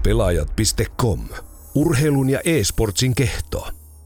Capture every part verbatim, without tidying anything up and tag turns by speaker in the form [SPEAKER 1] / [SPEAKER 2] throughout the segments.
[SPEAKER 1] Pelaajat piste com. Urheilun ja e-sportsin kehto.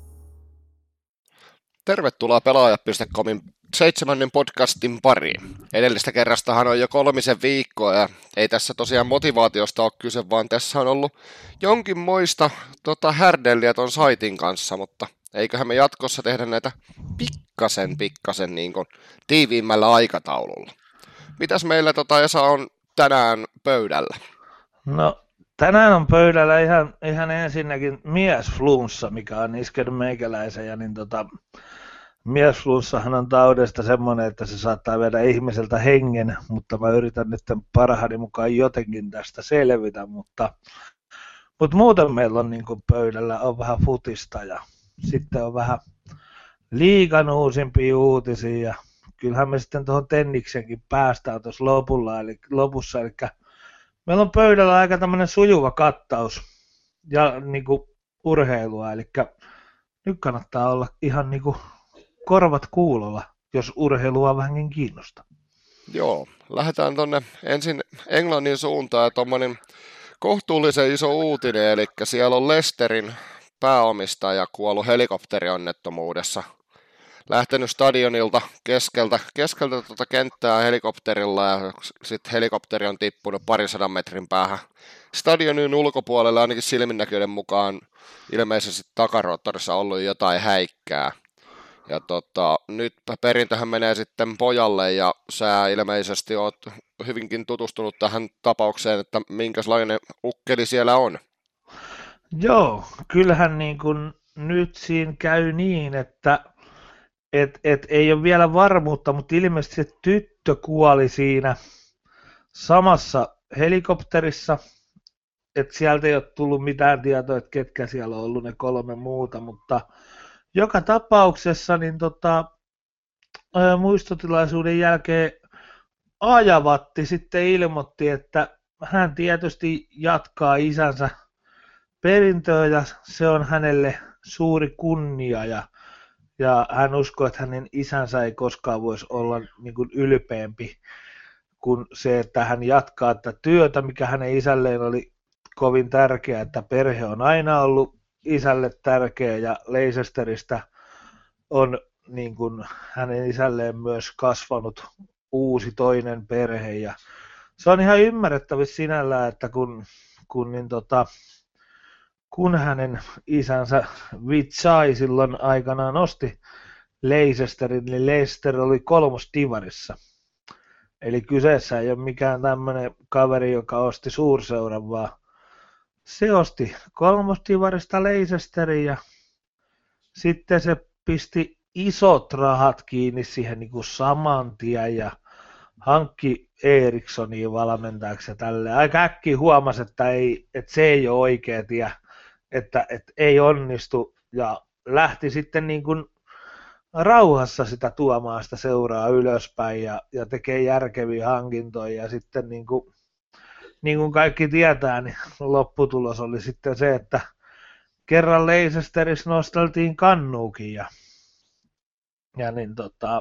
[SPEAKER 2] Tervetuloa Pelaajat piste comin seitsemännen podcastin pariin. Edellistä kerrastahan on jo kolmisen viikkoa ja ei tässä tosiaan motivaatiosta ole kyse, vaan tässä on ollut jonkinmoista tota, härdelliä ton saitin kanssa, mutta eiköhän me jatkossa tehdä näitä pikkasen pikkasen niin kuin tiiviimmällä aikataululla. Mitäs meillä tota, Esa on tänään pöydällä?
[SPEAKER 3] No tänään on pöydällä ihan, ihan ensinnäkin miesflunssa, mikä on iskenyt meikäläisen. Ja niin tota, miesflunssahan on taudesta semmoinen, että se saattaa viedä ihmiseltä hengen, mutta mä yritän nyt parhaani mukaan jotenkin tästä selvitä. Mutta, mutta muuten meillä on niin kuin pöydällä on vähän futista ja sitten on vähän liigan uusimpia uutisia. Ja kyllähän me sitten tuohon tenniksenkin päästään tuossa lopulla, eli, lopussa. Eli meillä on pöydällä aika tämmöinen sujuva kattaus ja niin kuin urheilua, eli nyt kannattaa olla ihan niin kuin korvat kuulolla, jos urheilua vähänkin kiinnostaa.
[SPEAKER 2] Joo, lähdetään tonne ensin Englannin suuntaan ja tommonen kohtuullisen iso uutinen, eli siellä on Leicesterin pääomistaja kuollut helikopterionnettomuudessa. Lähtenyt stadionilta keskeltä, keskeltä tuota kenttää helikopterilla ja sitten helikopteri on tippunut parisadan metrin päähän stadionin ulkopuolella, ainakin silminnäköiden mukaan ilmeisesti takaroottorissa ollut jotain häikkää. Ja tota, nyt perintöhän menee sitten pojalle ja sä ilmeisesti oot hyvinkin tutustunut tähän tapaukseen, että minkälainen ukkeli siellä on.
[SPEAKER 3] Joo, kyllähän niin kuin nyt siinä käy niin, että Et, et ei ole vielä varmuutta, mutta ilmeisesti se tyttö kuoli siinä samassa helikopterissa. Et sieltä ei ole tullut mitään tietoa, että ketkä siellä on ollut ne kolme muuta, mutta joka tapauksessa niin tota, muistotilaisuuden jälkeen Ajavatti sitten ilmoitti, että hän tietysti jatkaa isänsä perintöä ja se on hänelle suuri kunnia ja Ja hän uskoi, että hänen isänsä ei koskaan voisi olla niin kuin ylpeämpi kuin se, että hän jatkaa tätä työtä, mikä hänen isälleen oli kovin tärkeää, että perhe on aina ollut isälle tärkeä ja Leicesteristä on niin kuin hänen isälleen myös kasvanut uusi toinen perhe. Ja se on ihan ymmärrettävissä sinällään, että kun, kun niin tota, kun hänen isänsä Vitsai silloin aikanaan nosti Leicesterin, niin Leicester oli kolmosdivarissa. Eli kyseessä ei ole mikään tämmöinen kaveri, joka osti suurseuran, vaan se osti kolmosdivarista Leicesterin ja sitten se pisti isot rahat kiinni siihen niin kuin saman tien ja hankki Erikssonia valmentajaksi ja tälleen. Aika äkkiä huomasi, että, ei, että se ei ole oikea tie. Että, että ei onnistu ja lähti sitten niin kuin rauhassa sitä tuomaan sitä seuraa ylöspäin ja, ja tekee järkeviä hankintoja ja sitten niin kuin, niin kuin kaikki tietää, niin lopputulos oli sitten se, että kerran Leicesterissä nosteltiin kannuukin ja, ja niin tota,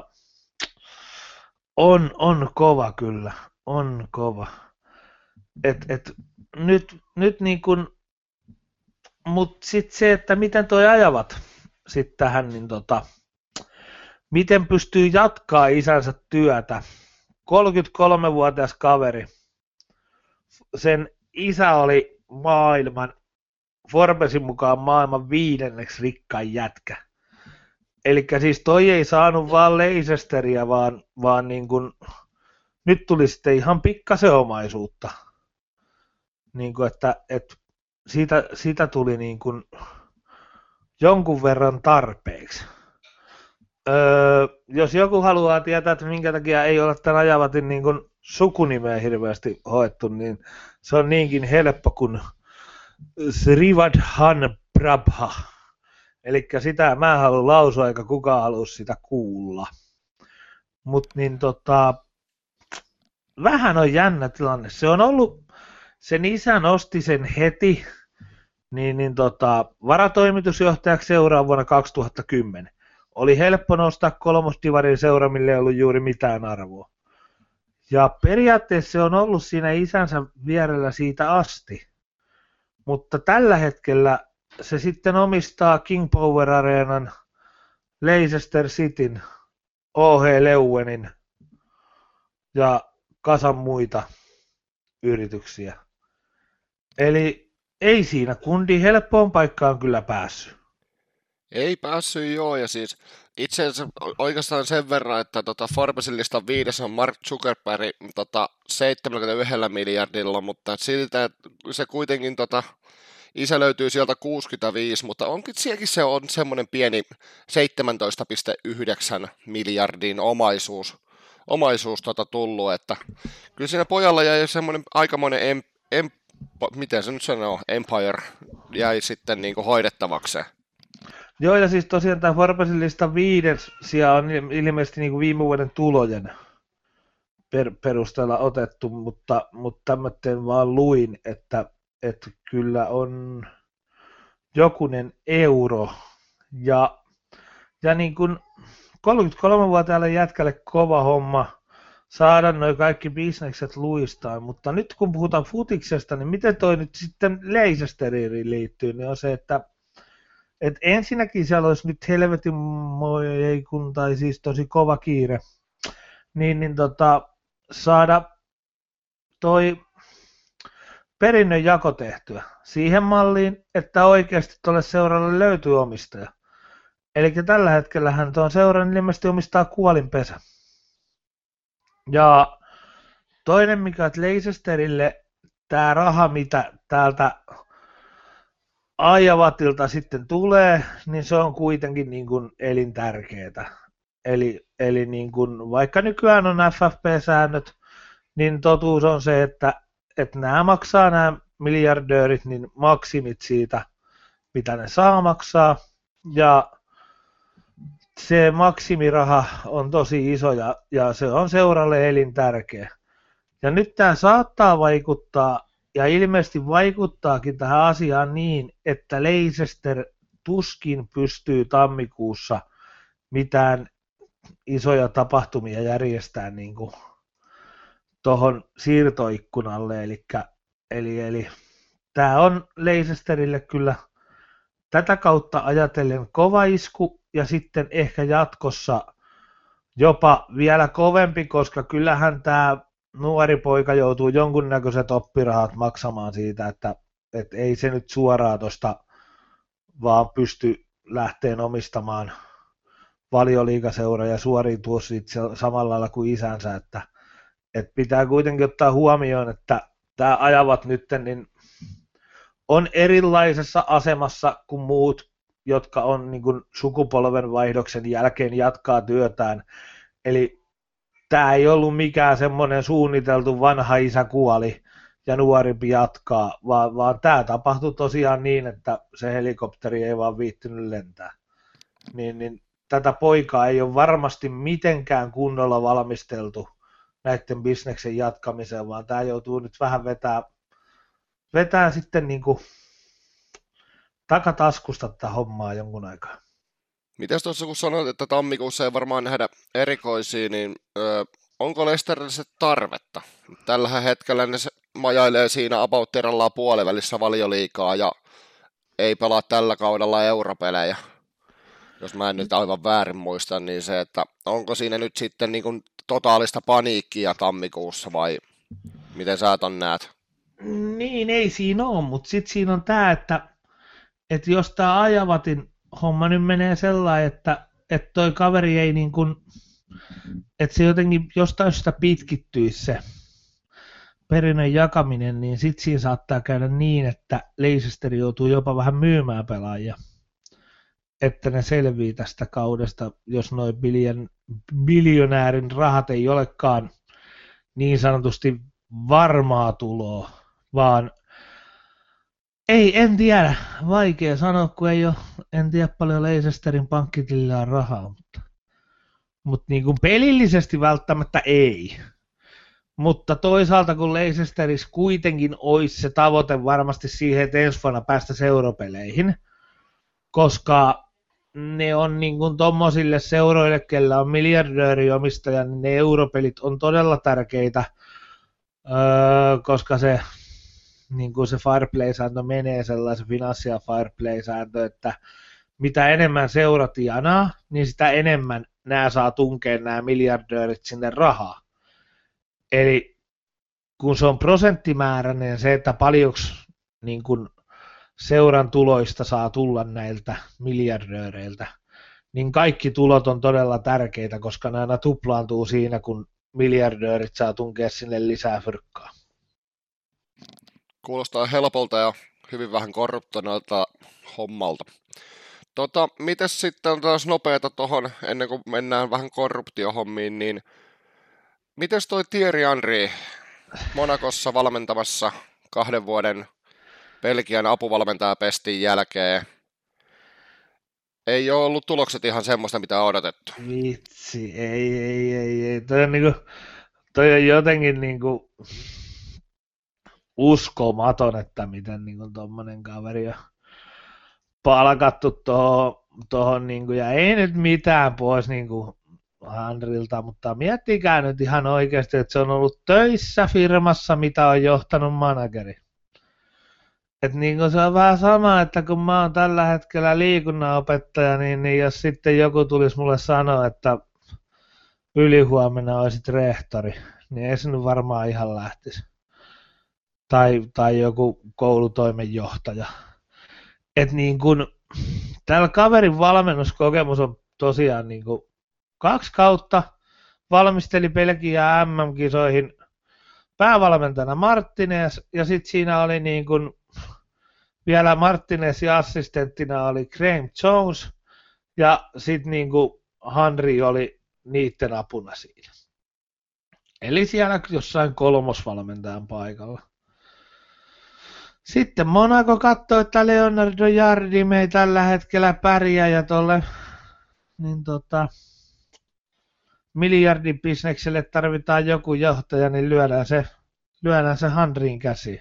[SPEAKER 3] on, on kova kyllä, on kova. Et, et, nyt, nyt niin kuin mutta sitten se, että miten toi ajavat sitten tähän, niin tota, miten pystyy jatkaa isänsä työtä. kolmekymmentäkolmevuotias kaveri, sen isä oli maailman, Forbesin mukaan maailman viidenneksi rikkain jätkä. Eli siis toi ei saanut vaan Leicesteria, vaan, vaan niin kun, nyt tuli sitten ihan pikkasen omaisuutta. Niin kun, että, että Siitä, siitä tuli niin kuin jonkun verran tarpeeksi. Öö, jos joku haluaa tietää, että minkä takia ei ole tämän Ajavatin niin kuin sukunimeä hirveästi hoettu, niin se on niinkin helppo kuin Srivadhan Prabha. Eli sitä mä en halua lausua, eikä kukaan halua sitä kuulla. Mutta niin tota, vähän on jännä tilanne. Se on ollut... Sen isä nosti sen heti niin, niin tota, varatoimitusjohtajaksi seuraa vuonna kaksituhattakymmenen. Oli helppo nostaa kolmosdivarin seura, millä ei ollut juuri mitään arvoa. Ja periaatteessa se on ollut siinä isänsä vierellä siitä asti. mutta tällä hetkellä se sitten omistaa King Power Arenan, Leicester Cityn, O H Leuvenin ja kasan muita yrityksiä. Eli ei siinä kundi helppoon paikkaan kyllä päässyt.
[SPEAKER 2] Ei päässyt joo, ja siis itse asiassa oikeastaan sen verran, että tota Forbesin listan viides on Mark Zuckerberg tota seitsemänkymmentäyksi miljardilla, mutta siltä se kuitenkin tota, isä löytyy sieltä kuusikymmentäviisi, mutta onkin sielläkin se on semmoinen pieni seitsemäntoista pilkku yhdeksän miljardin omaisuus, omaisuus tota tullut, että kyllä siinä pojalla jäi semmoinen aikamoinen em, em, miten se nyt sanoo, empire jäi sitten niinku hoidettavakseen.
[SPEAKER 3] Joo, ja siis tosiaan tämä Forbesin listan viides sija on ilmeisesti niin kuin viime vuoden tulojen per, perusteella otettu, mutta, mutta tämmöinen vaan luin, että, että kyllä on jokunen euro, ja, ja niin kuin kolmekymmentäkolmevuotiaalle jätkälle kova homma saada noi kaikki bisnekset luistaan, mutta nyt kun puhutaan futiksesta, niin miten toi nyt sitten Leicesteriin liittyy, niin on se, että et ensinnäkin siellä olisi nyt helvetin moi, kun, tai siis tosi kova kiire, niin, niin tota, saada toi perinnön jako tehtyä siihen malliin, että oikeasti tuolle seuralle löytyy omistaja. Eli tällä hetkellähän tuon seuran ilmeisesti omistaa kuolinpesä. Ja toinen mikä, että Leicesterille tämä raha, mitä täältä Ajavatilta sitten tulee, niin se on kuitenkin niin kuin elintärkeää. Eli, eli niin kuin, vaikka nykyään on F F P-säännöt, niin totuus on se, että, että nämä maksaa nämä miljardöörit niin maksimit siitä, mitä ne saa maksaa. Ja se maksimiraha on tosi iso ja, ja se on seuralle elintärkeä. Ja nyt tämä saattaa vaikuttaa, ja ilmeisesti vaikuttaakin tähän asiaan niin, että Leicester tuskin pystyy tammikuussa mitään isoja tapahtumia järjestämään niin kuin tuohon siirtoikkunalle. Eli, eli, eli tämä on Leicesterille kyllä tätä kautta ajatellen kova isku, ja sitten ehkä jatkossa jopa vielä kovempi, koska kyllähän tämä nuori poika joutuu jonkunnäköiset oppirahat maksamaan siitä, että, että ei se nyt suoraan tuosta vaan pysty lähteen omistamaan Valioliigaseuraa ja suoriutua siitä samalla lailla kuin isänsä, että, että pitää kuitenkin ottaa huomioon, että tämä ajavat nyt niin on erilaisessa asemassa kuin muut, jotka on niin kuin sukupolvenvaihdoksen jälkeen jatkaa työtään, eli tämä ei ollut mikään semmoinen suunniteltu vanha isä kuoli ja nuorimpi jatkaa, vaan, vaan tämä tapahtui tosiaan niin, että se helikopteri ei vaan viittynyt lentää. Niin, niin tätä poikaa ei ole varmasti mitenkään kunnolla valmisteltu näiden bisneksen jatkamiseen, vaan tämä joutuu nyt vähän vetää, vetää sitten niin kuin takataskusta tätä hommaa jonkun aikaa.
[SPEAKER 2] Mites tuossa kun sanoit, että tammikuussa ei varmaan nähdä erikoisia, niin ö, onko Leicesterille se tarvetta? Tällä hetkellä ne majailee siinä about erallaan puolivälissä Valioliigaa ja ei pelaa tällä kaudella europelejä. Jos mä en nyt aivan väärin muista, niin se, että onko siinä nyt sitten niin kuin totaalista paniikkia tammikuussa vai miten sä ton näet?
[SPEAKER 3] Niin, ei siinä ole, mutta sitten siinä on tämä, että, että jos tämä Ajavatin homma nyt menee sellainen, että, että toi kaveri ei niin kuin, että se jotenkin jostain sitä pitkittyisi se perinnön jakaminen, niin sitten siinä saattaa käydä niin, että Leicester joutuu jopa vähän myymään pelaajia, että ne selvii tästä kaudesta, jos noin biljon, biljonäärin rahat ei olekaan niin sanotusti varmaa tuloa, vaan ei, en tiedä. Vaikea sanoa, kun ei ole, en tiedä paljon Leicesterin pankkitilillä on rahaa, mutta, mutta niin kuin pelillisesti välttämättä ei. Mutta toisaalta kun Leicesterissä kuitenkin olisi se tavoite varmasti siihen, että ensi vuonna päästä europeleihin, koska ne on niin kuin tommosille seuroille, kellä on miljardööriomistaja, niin ne europelit on todella tärkeitä, öö, koska se niin kuin se fair play-sääntö menee, sellaisen finanssi- ja fair play-sääntö, että mitä enemmän seura tienaa, niin sitä enemmän nämä saa tunkea nämä miljardöörit sinne rahaa. Eli kun se on prosenttimääräinen se, että paljonko niin kuin seuran tuloista saa tulla näiltä miljardööreiltä, niin kaikki tulot on todella tärkeitä, koska ne aina tuplaantuu siinä, kun miljardöörit saa tunkea sinne lisää fyrkkaa.
[SPEAKER 2] Kuulostaa helpolta ja hyvin vähän korruptoinnalta hommalta. Tota, mites sitten taas nopeata tuohon, ennen kuin mennään vähän korruptiohommiin, niin mites toi Thierry Henry Monacossa valmentamassa kahden vuoden Belgian apuvalmentajapestin jälkeen? Ei ole ollut tulokset ihan semmoista, mitä on odotettu.
[SPEAKER 3] Vitsi, ei, ei, ei, ei. Toi on, niinku, toi on jotenkin niinku uskomaton, että miten niinku tommonen kaveri on palkattu tuohon, tohon, niinku, ja ei nyt mitään pois niinku Henryltä, mutta miettikää nyt ihan oikeasti, että se on ollut töissä firmassa, mitä on johtanut manageri. Et niin se on vähän sama, että kun mä oon tällä hetkellä liikunnanopettaja, niin, niin jos sitten joku tulisi mulle sanoa, että ylihuomenna olisit rehtori, niin ei se nyt varmaan ihan lähtisi. Tai, tai joku koulutoimenjohtaja. Et niin kun, tällä kaverin valmennuskokemus on tosiaan niin kun kaksi kautta. Valmisteli Belgiaa M M-kisoihin päävalmentajana Martinez, ja sitten siinä oli niin kun vielä Martinezin assistenttina oli Graham Jones, ja sitten niinku Henry oli niiden apuna siinä. Eli siellä jossain kolmosvalmentajan paikalla. Sitten Monaco katsoi, että Leonardo Jardim ei tällä hetkellä pärjää, ja tolle niin tota, miljardin bisnekselle tarvitaan joku johtaja, niin lyödään se, lyödään se Henryn käsiin.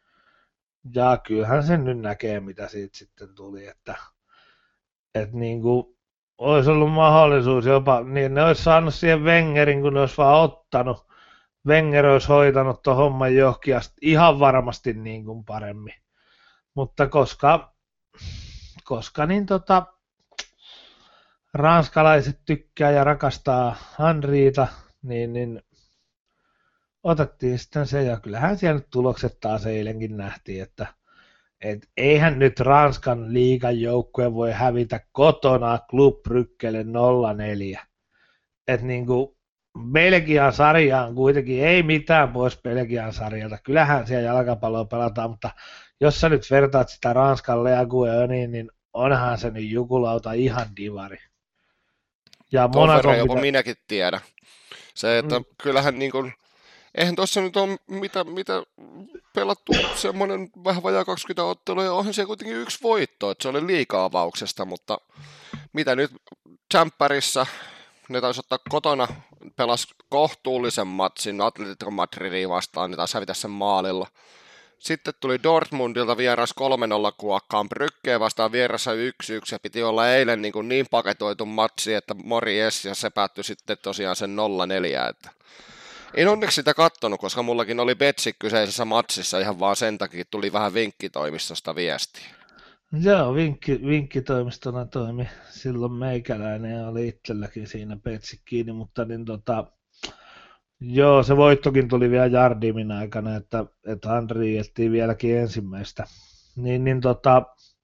[SPEAKER 3] Ja kyllähän sen nyt näkee, mitä siitä sitten tuli, että, että niin kuin olisi ollut mahdollisuus jopa, niin ne olisi saanut siihen Wengerin, kun ne olisi vaan ottanut. Wenger olisi hoitanut tuon homman johonkin ihan varmasti niin kuin paremmin. Mutta koska, koska niin tota, ranskalaiset tykkää ja rakastaa Henrytä, niin, niin otettiin sitten se, ja kyllähän siellä nyt tulokset taas eilenkin nähtiin, että et eihän nyt Ranskan liigan joukkue voi hävitä kotona Club Bryggelle nolla neljä. Et niinku Belgian sarjaan kuitenkin ei mitään pois Belgian sarjalta. Kyllähän siellä jalkapalloa pelataan, mutta jos sä nyt vertaat sitä Ranskalle ja Gueoniin, niin onhan se nyt jukulauta ihan divari. Ja
[SPEAKER 2] Tuon
[SPEAKER 3] Monaco
[SPEAKER 2] verran jopa
[SPEAKER 3] mitä...
[SPEAKER 2] minäkin tiedän. Se, että mm. kyllähän niin kuin, eihän tuossa nyt ole mitä, mitä pelattu semmoinen vähän vajaa kaksikymmentä ottelua, ja onhan siellä kuitenkin yksi voitto, että se oli liiga-avauksesta, mutta mitä nyt Champärissa, ne taisi ottaa kotona, pelas kohtuullisen matsin Atletico Madridiin vastaan, ne taisi hävitä sen maalilla. Sitten tuli Dortmundilta vieras kolme nolla kuokkaan, Bryggeen vastaan vierassa yksi yksi, ja piti olla eilen niin, niin paketoitu matsi, että Mories, ja se päättyi sitten tosiaan sen nolla neljä. Että en onneksi sitä kattonut, koska mullakin oli betsi kyseisessä matsissa ihan vaan sen takia, tuli vähän vinkkitoimistosta viestiä.
[SPEAKER 3] Joo, vinkki, vinkkitoimistona toimi silloin meikäläinen ja oli itselläkin siinä betsi kiinni, mutta niin tota, joo, se voittokin tuli vielä Jardimin aikana, että, että Henry jättiin vieläkin ensimmäistä. Niin, niin tota,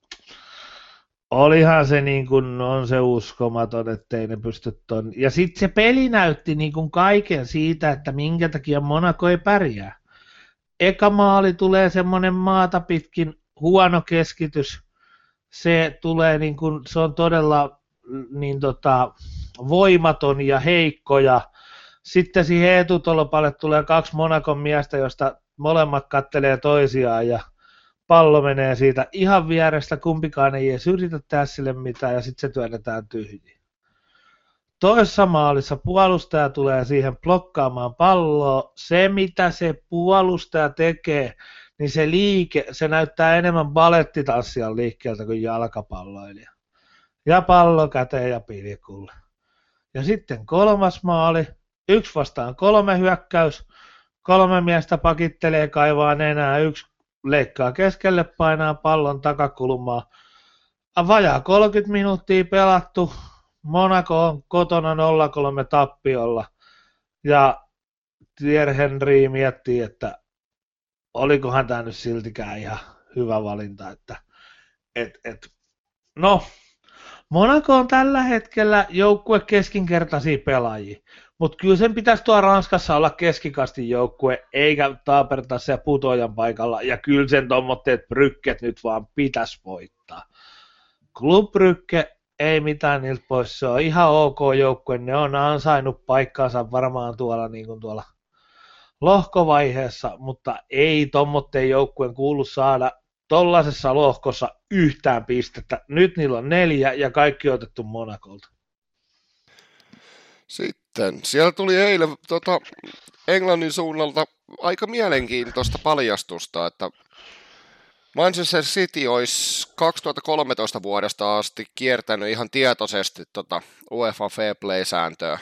[SPEAKER 3] olihan se niin kuin on se uskomaton, ettei ne pysty ton. Ja sitten se peli näytti niin kuin kaiken siitä, että minkä takia Monaco ei pärjää. Eka maali tulee semmoinen maata pitkin huono keskitys. Se tulee niin kuin, se on todella niin tota, voimaton ja heikko, ja sitten siihen etutolpalle tulee kaksi Monacon miestä, josta molemmat kattelee toisiaan, ja pallo menee siitä ihan vierestä, kumpikaan ei edes yritä tehdä sille mitään, ja sitten se työnnetään tyhjiin. Toisessa maalissa puolustaja tulee siihen blokkaamaan palloa. Se, mitä se puolustaja tekee, niin se liike, se näyttää enemmän balettitanssijan liikkeeltä kuin jalkapalloilija. Ja pallo käteen ja pilkulle. Ja sitten kolmas maali, yksi vastaan kolme hyökkäys, kolme miestä pakittelee, kaivaa nenää, yksi leikkaa keskelle, painaa pallon takakulmaa. Vajaa kolmekymmentä minuuttia pelattu. Monaco on kotona nolla kolme tappiolla. Ja Thierry Henry miettii, että olikohan tämä nyt siltikään ihan hyvä valinta. Että, et, et. No, Monaco on tällä hetkellä joukkue keskinkertaisia pelaajia. Mutta kyllä sen pitäisi tuolla Ranskassa olla keskikastin joukkue, eikä taapertaa se putoajan paikalla. Ja kyllä sen tommotteet brykket nyt vaan pitäisi voittaa. Club Brygge ei mitään niiltä pois, se on ihan ok joukkue, ne on ansainnut paikkaansa varmaan tuolla, niin kuin tuolla lohkovaiheessa, mutta ei tommotteen joukkueen kuulu saada tollaisessa lohkossa yhtään pistettä. Nyt niillä on neljä ja kaikki on otettu Monacolta.
[SPEAKER 2] Sitten siellä tuli eilen tota, Englannin suunnalta aika mielenkiintoista paljastusta, että Manchester City olisi kaksituhattakolmetoista vuodesta asti kiertänyt ihan tietoisesti tota UEFA Fair Play-sääntöä.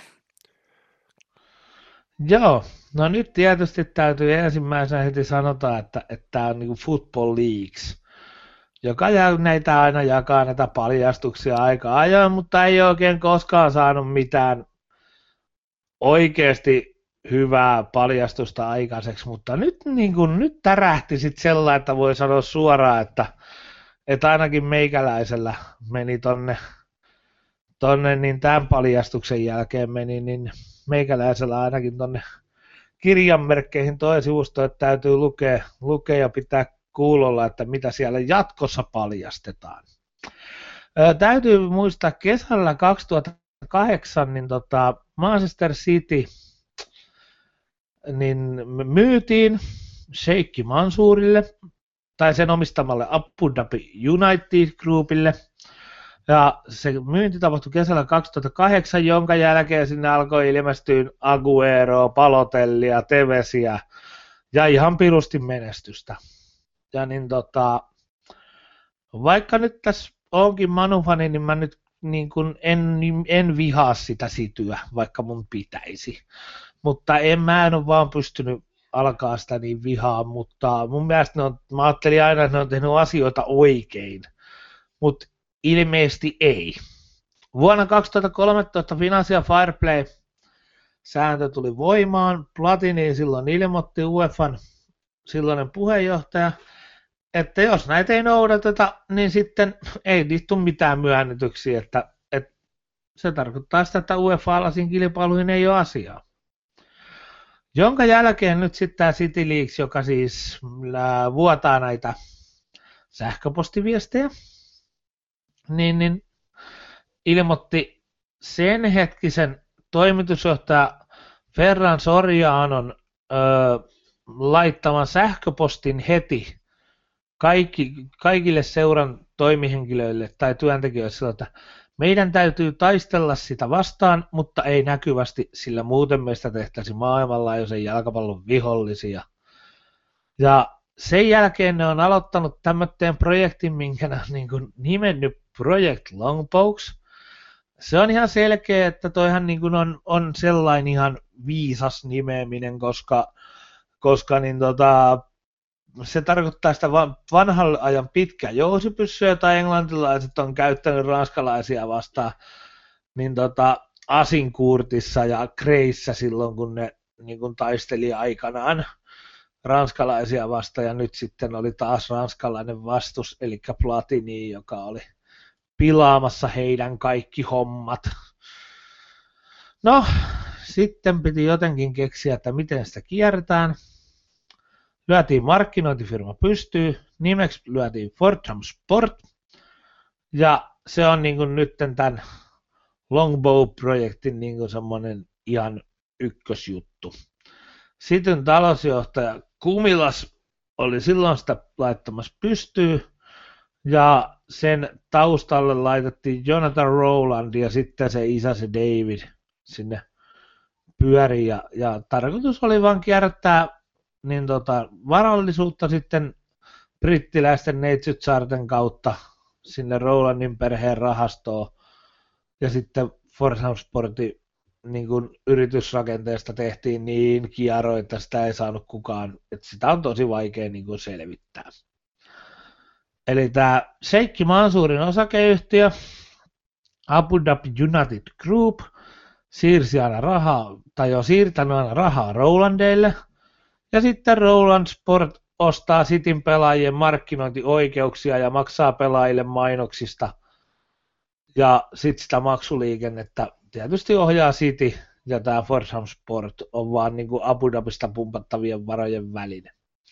[SPEAKER 3] Joo, no nyt tietysti täytyy ensimmäisenä heti sanota, että tämä on niinku Football Leagues, joka näitä aina jakaa näitä paljastuksia aika ajoin, mutta ei oikein koskaan saanut mitään oikeasti hyvää paljastusta aikaiseksi, mutta nyt, niin kun, nyt tärähti sitten sellainen, että voi sanoa suoraan, että, että ainakin meikäläisellä meni tonne, tonne niin tämän paljastuksen jälkeen meni, niin meikäläisellä ainakin tonne kirjanmerkkeihin toi sivusto, että täytyy lukea, lukea ja pitää kuulolla, että mitä siellä jatkossa paljastetaan. Ää, täytyy muistaa kesällä kaksituhattakahdeksan, niin tota Manchester City niin myytiin Sheikh Mansourille tai sen omistamalle Abu Dhabi United Groupille. Ja se myynti tapahtui kesällä kaksituhattakahdeksan, jonka jälkeen sinne alkoi ilmestyä Aguero, Balotellia, Tevesiä ja ihan pirusti menestystä. Ja niin tota, vaikka nyt tässä onkin Manu-fani, niin mä nyt niin kun en, en vihaa sitä Cityä, vaikka mun pitäisi. Mutta en, mä en ole vaan pystynyt alkaa sitä niin vihaa, mutta mun mielestä ne on, mä ajattelin aina, että ne on tehnyt asioita oikein, mutta ilmeisesti ei. Vuonna kaksituhattakolmetoista Financial Fair Play-sääntö tuli voimaan, Platini silloin ilmoitti UEFan silloinen puheenjohtaja, että jos näitä ei noudateta, niin sitten ei niistä tule mitään myönnytyksiä, että, että se tarkoittaa sitä, että UEFA-alaisiin kilpailuihin ei ole asiaa. Jonka jälkeen nyt sitten tämä City Leaks, joka siis vuotaa näitä sähköpostiviestejä, niin, niin ilmoitti sen hetkisen toimitusjohtaja Ferran Sorianon ö, laittavan sähköpostin heti kaikki, kaikille seuran toimihenkilöille tai työntekijöille sillä, että meidän täytyy taistella sitä vastaan, mutta ei näkyvästi, sillä muuten meistä tehtäisiin maailmanlaajuisen jalkapallon vihollisia. Ja sen jälkeen ne on aloittanut tämmöisen projektin, minkä ne on niin kuin nimennyt Project Longbows. Se on ihan selkeä, että toihan niin kuin on, on sellainen ihan viisas nimeäminen, koska, koska niin tota, se tarkoittaa sitä vanhan ajan pitkää jousipyssyä, jota englantilaiset on käyttänyt ranskalaisia vastaan niin tota, Asincourtissa ja Kreissä silloin, kun ne niin kun taisteli aikanaan ranskalaisia vastaan, ja nyt sitten oli taas ranskalainen vastus, eli Platini, joka oli pilaamassa heidän kaikki hommat. No, sitten piti jotenkin keksiä, että miten sitä kierretään. Lyötiin markkinointifirma pystyy, nimeksi lyötiin Fordham Sport, ja se on niin kuin nyt tämän Longbow-projektin niin kuin semmoinen ihan ykkösjuttu. Sitten talousjohtaja Kumilas oli silloin sitä laittamassa pystyy, ja sen taustalle laitettiin Jonathan Rowland ja sitten se isä se David sinne pyöriin, ja, ja tarkoitus oli vaan kierrättää niin tota, varallisuutta sitten brittiläisten neitsytsaarten kautta sinne Rowlandin perheen rahastoon, ja sitten Fordham Sportin niin kuin yritysrakenteesta tehtiin niin kiaro, että sitä ei saanut kukaan, että sitä on tosi vaikea niin kuin selvittää. Eli tämä Sheikh Mansourin osakeyhtiö, Abu Dhabi United Group, siirsi aina rahaa, tai on siirtänyt aina rahaa Rowlandeille, ja sitten Rowland Sport ostaa Cityn pelaajien markkinointioikeuksia ja maksaa pelaajille mainoksista, ja sitten sitä maksuliikennettä tietysti ohjaa City, ja tämä Fordham Sport on vaan niin kuin Abu Dhabista pumpattavien varojen väline.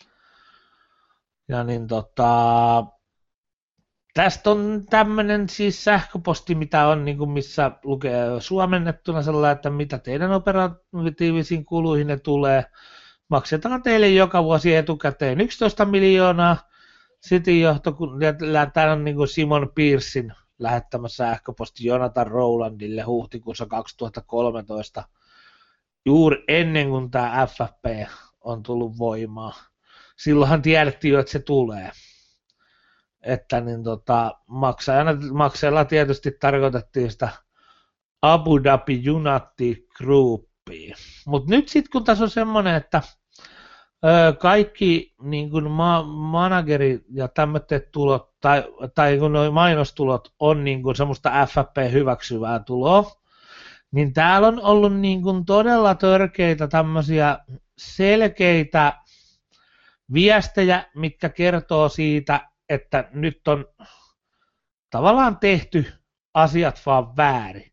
[SPEAKER 3] Ja niin tota, tästä on tämmöinen siis sähköposti, mitä on, niin kuin missä lukee suomennettuna sellainen, että mitä teidän operatiivisiin kuluihin ne tulee. Maksetaan teille joka vuosi etukäteen yksitoista miljoonaa. Cityn johto, tämä on niin kuin Simon Pearsin lähettämä sähköposti Jonathan Rowlandille huhtikuussa kaksituhattakolmetoista, juuri ennen kuin tämä F F P on tullut voimaan. Silloinhan tiedettiin jo, että se tulee. Että niin tota, maksajana, maksajalla tietysti tarkoitettiin sitä Abu Dhabi United Groupia. Mutta nyt sitten kun tässä on semmoinen, että ö, kaikki niin kun ma- manageri ja tämmöiset tulot, tai, tai kun nuo mainostulot on niin kun semmoista F F P-hyväksyvää tuloa, niin täällä on ollut niin kun todella törkeitä tämmöisiä selkeitä viestejä, mitkä kertoo siitä, että nyt on tavallaan tehty asiat vaan väärin.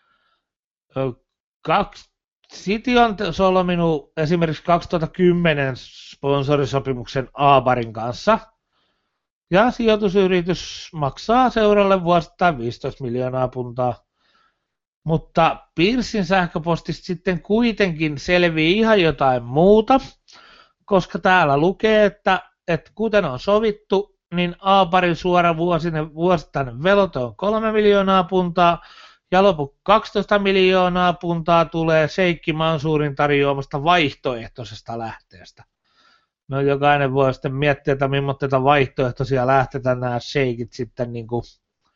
[SPEAKER 3] Kaksi, City on solminut esimerkiksi kaksituhattakymmenen sponsorisopimuksen Aabarin kanssa, ja sijoitusyritys maksaa seuralle vuosittain viisitoista miljoonaa puntaa. Mutta Pearsin sähköpostista sitten kuitenkin selvii ihan jotain muuta, koska täällä lukee, että, että kuten on sovittu, niin Aabarin suora vuosinen, vuosittainen velote on kolme miljoonaa puntaa, ja loput kaksitoista miljoonaa puntaa tulee Sheikh Mansourin tarjoamasta vaihtoehtoisesta lähteestä. No jokainen voi sitten miettiä, että millaisia vaihtoehtoisia lähteitä nämä sheikhit sitten niin kuin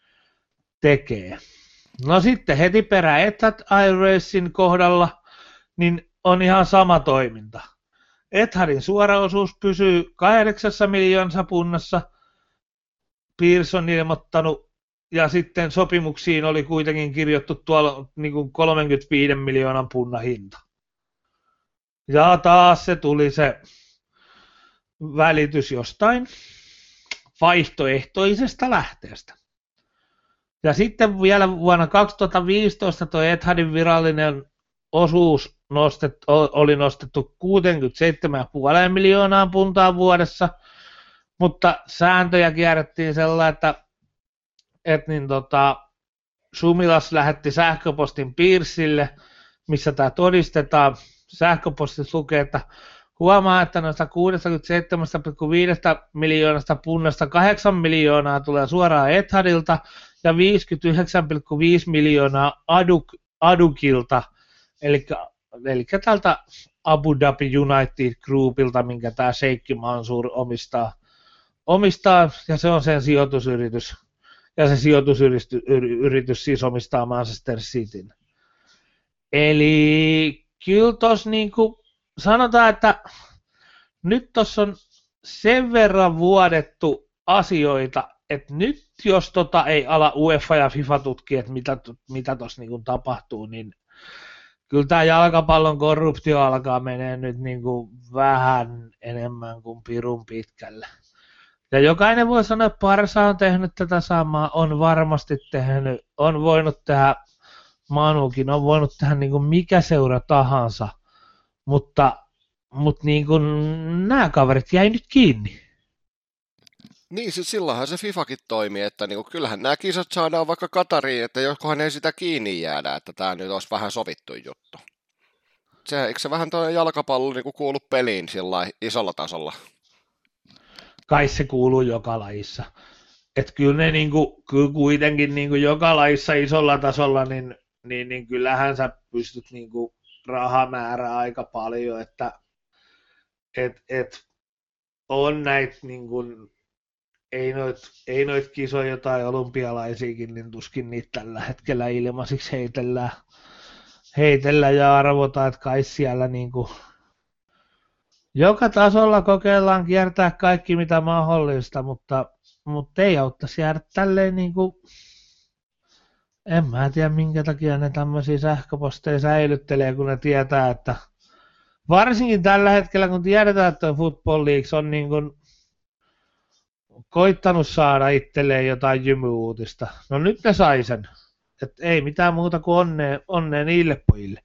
[SPEAKER 3] tekee. No sitten heti perä Etihad Airwaysin kohdalla, niin on ihan sama toiminta. Etihadin suoraosuus pysyy kahdeksassa miljoonassa punnassa, Pearce on ilmoittanut, ja sitten sopimuksiin oli kuitenkin kirjoittu tuolla niin kuin kolmekymmentäviisi miljoonan punnan hinta. Ja taas se tuli se välitys jostain vaihtoehtoisesta lähteestä. Ja sitten vielä vuonna kaksituhattaviisitoista tuo Etihadin virallinen osuus nostet, oli nostettu kuusikymmentäseitsemän pilkku viisi miljoonaa puntaa vuodessa, mutta sääntöjä kierrettiin sellainen, että, että niin tota, Sumilas lähetti sähköpostin Pearcelle, missä tämä todistetaan. Sähköpostissa lukee, että huomaa, että noista kuusikymmentäseitsemän pilkku viisi miljoonasta punnasta kahdeksan miljoonaa tulee suoraan Etihadilta ja viisikymmentäyhdeksän pilkku viisi miljoonaa Aduk, Adukilta, eli, eli tältä Abu Dhabi United Groupilta, minkä tämä Sheikh Mansour omistaa, omistaa, ja se on sen sijoitusyritys, ja se sijoitusyritys siis omistaa Manchester Cityn. Eli kyllä tuossa niin kuin sanotaan, että nyt tuossa on sen verran vuodettu asioita, että nyt jos tota ei ala UEFA ja FIFA tutkia, että mitä, mitä tuossa niin tapahtuu, niin kyllä tämä jalkapallon korruptio alkaa menee nyt niin kuin vähän enemmän kuin pirun pitkälle. Ja jokainen voi sanoa, että Barca on tehnyt tätä samaa, on varmasti tehnyt, on voinut tehdä, Manukin on voinut tehdä niin kuin mikä seura tahansa, mutta, mutta niin kuin nämä kaverit jäi nyt kiinni.
[SPEAKER 2] Niin, siis silloinhan se FIFAkin toimii, että niin kuin, kyllähän nämä kisat saadaan vaikka Katariin, että jokohan ei sitä kiinni jäädä, että tämä nyt olisi vähän sovittu juttu. Se, eikö se vähän tuo jalkapallo niin kuin kuulu peliin sillä isolla tasolla?
[SPEAKER 3] Kai se kuuluu joka lajissa. Että kyllä ne niin kuin, kyllä kuitenkin niin kuin joka lajissa isolla tasolla, niin, niin, niin kyllähän sä pystyt niin kuin rahamäärää aika paljon, että et, et on näitä niin kuin, ei noit, ei noit kisoja tai olympialaisiakin, niin tuskin niitä tällä hetkellä ilmaisiksi heitellään, heitellä ja arvota, että kai siellä niin kuin joka tasolla kokeillaan kiertää kaikki mitä mahdollista, mutta, mutta ei auttaisi jäädä tälleen niin kuin, en mä tiedä minkä takia ne tämmöisiä sähköposteja säilyttelee, kun ne tietää, että varsinkin tällä hetkellä, kun tiedetään, että Football League on niin kuin koittanut saada itselleen jotain jymyuutista. No nyt ne sai sen. Et ei mitään muuta kuin onnea, onnea niille pojille.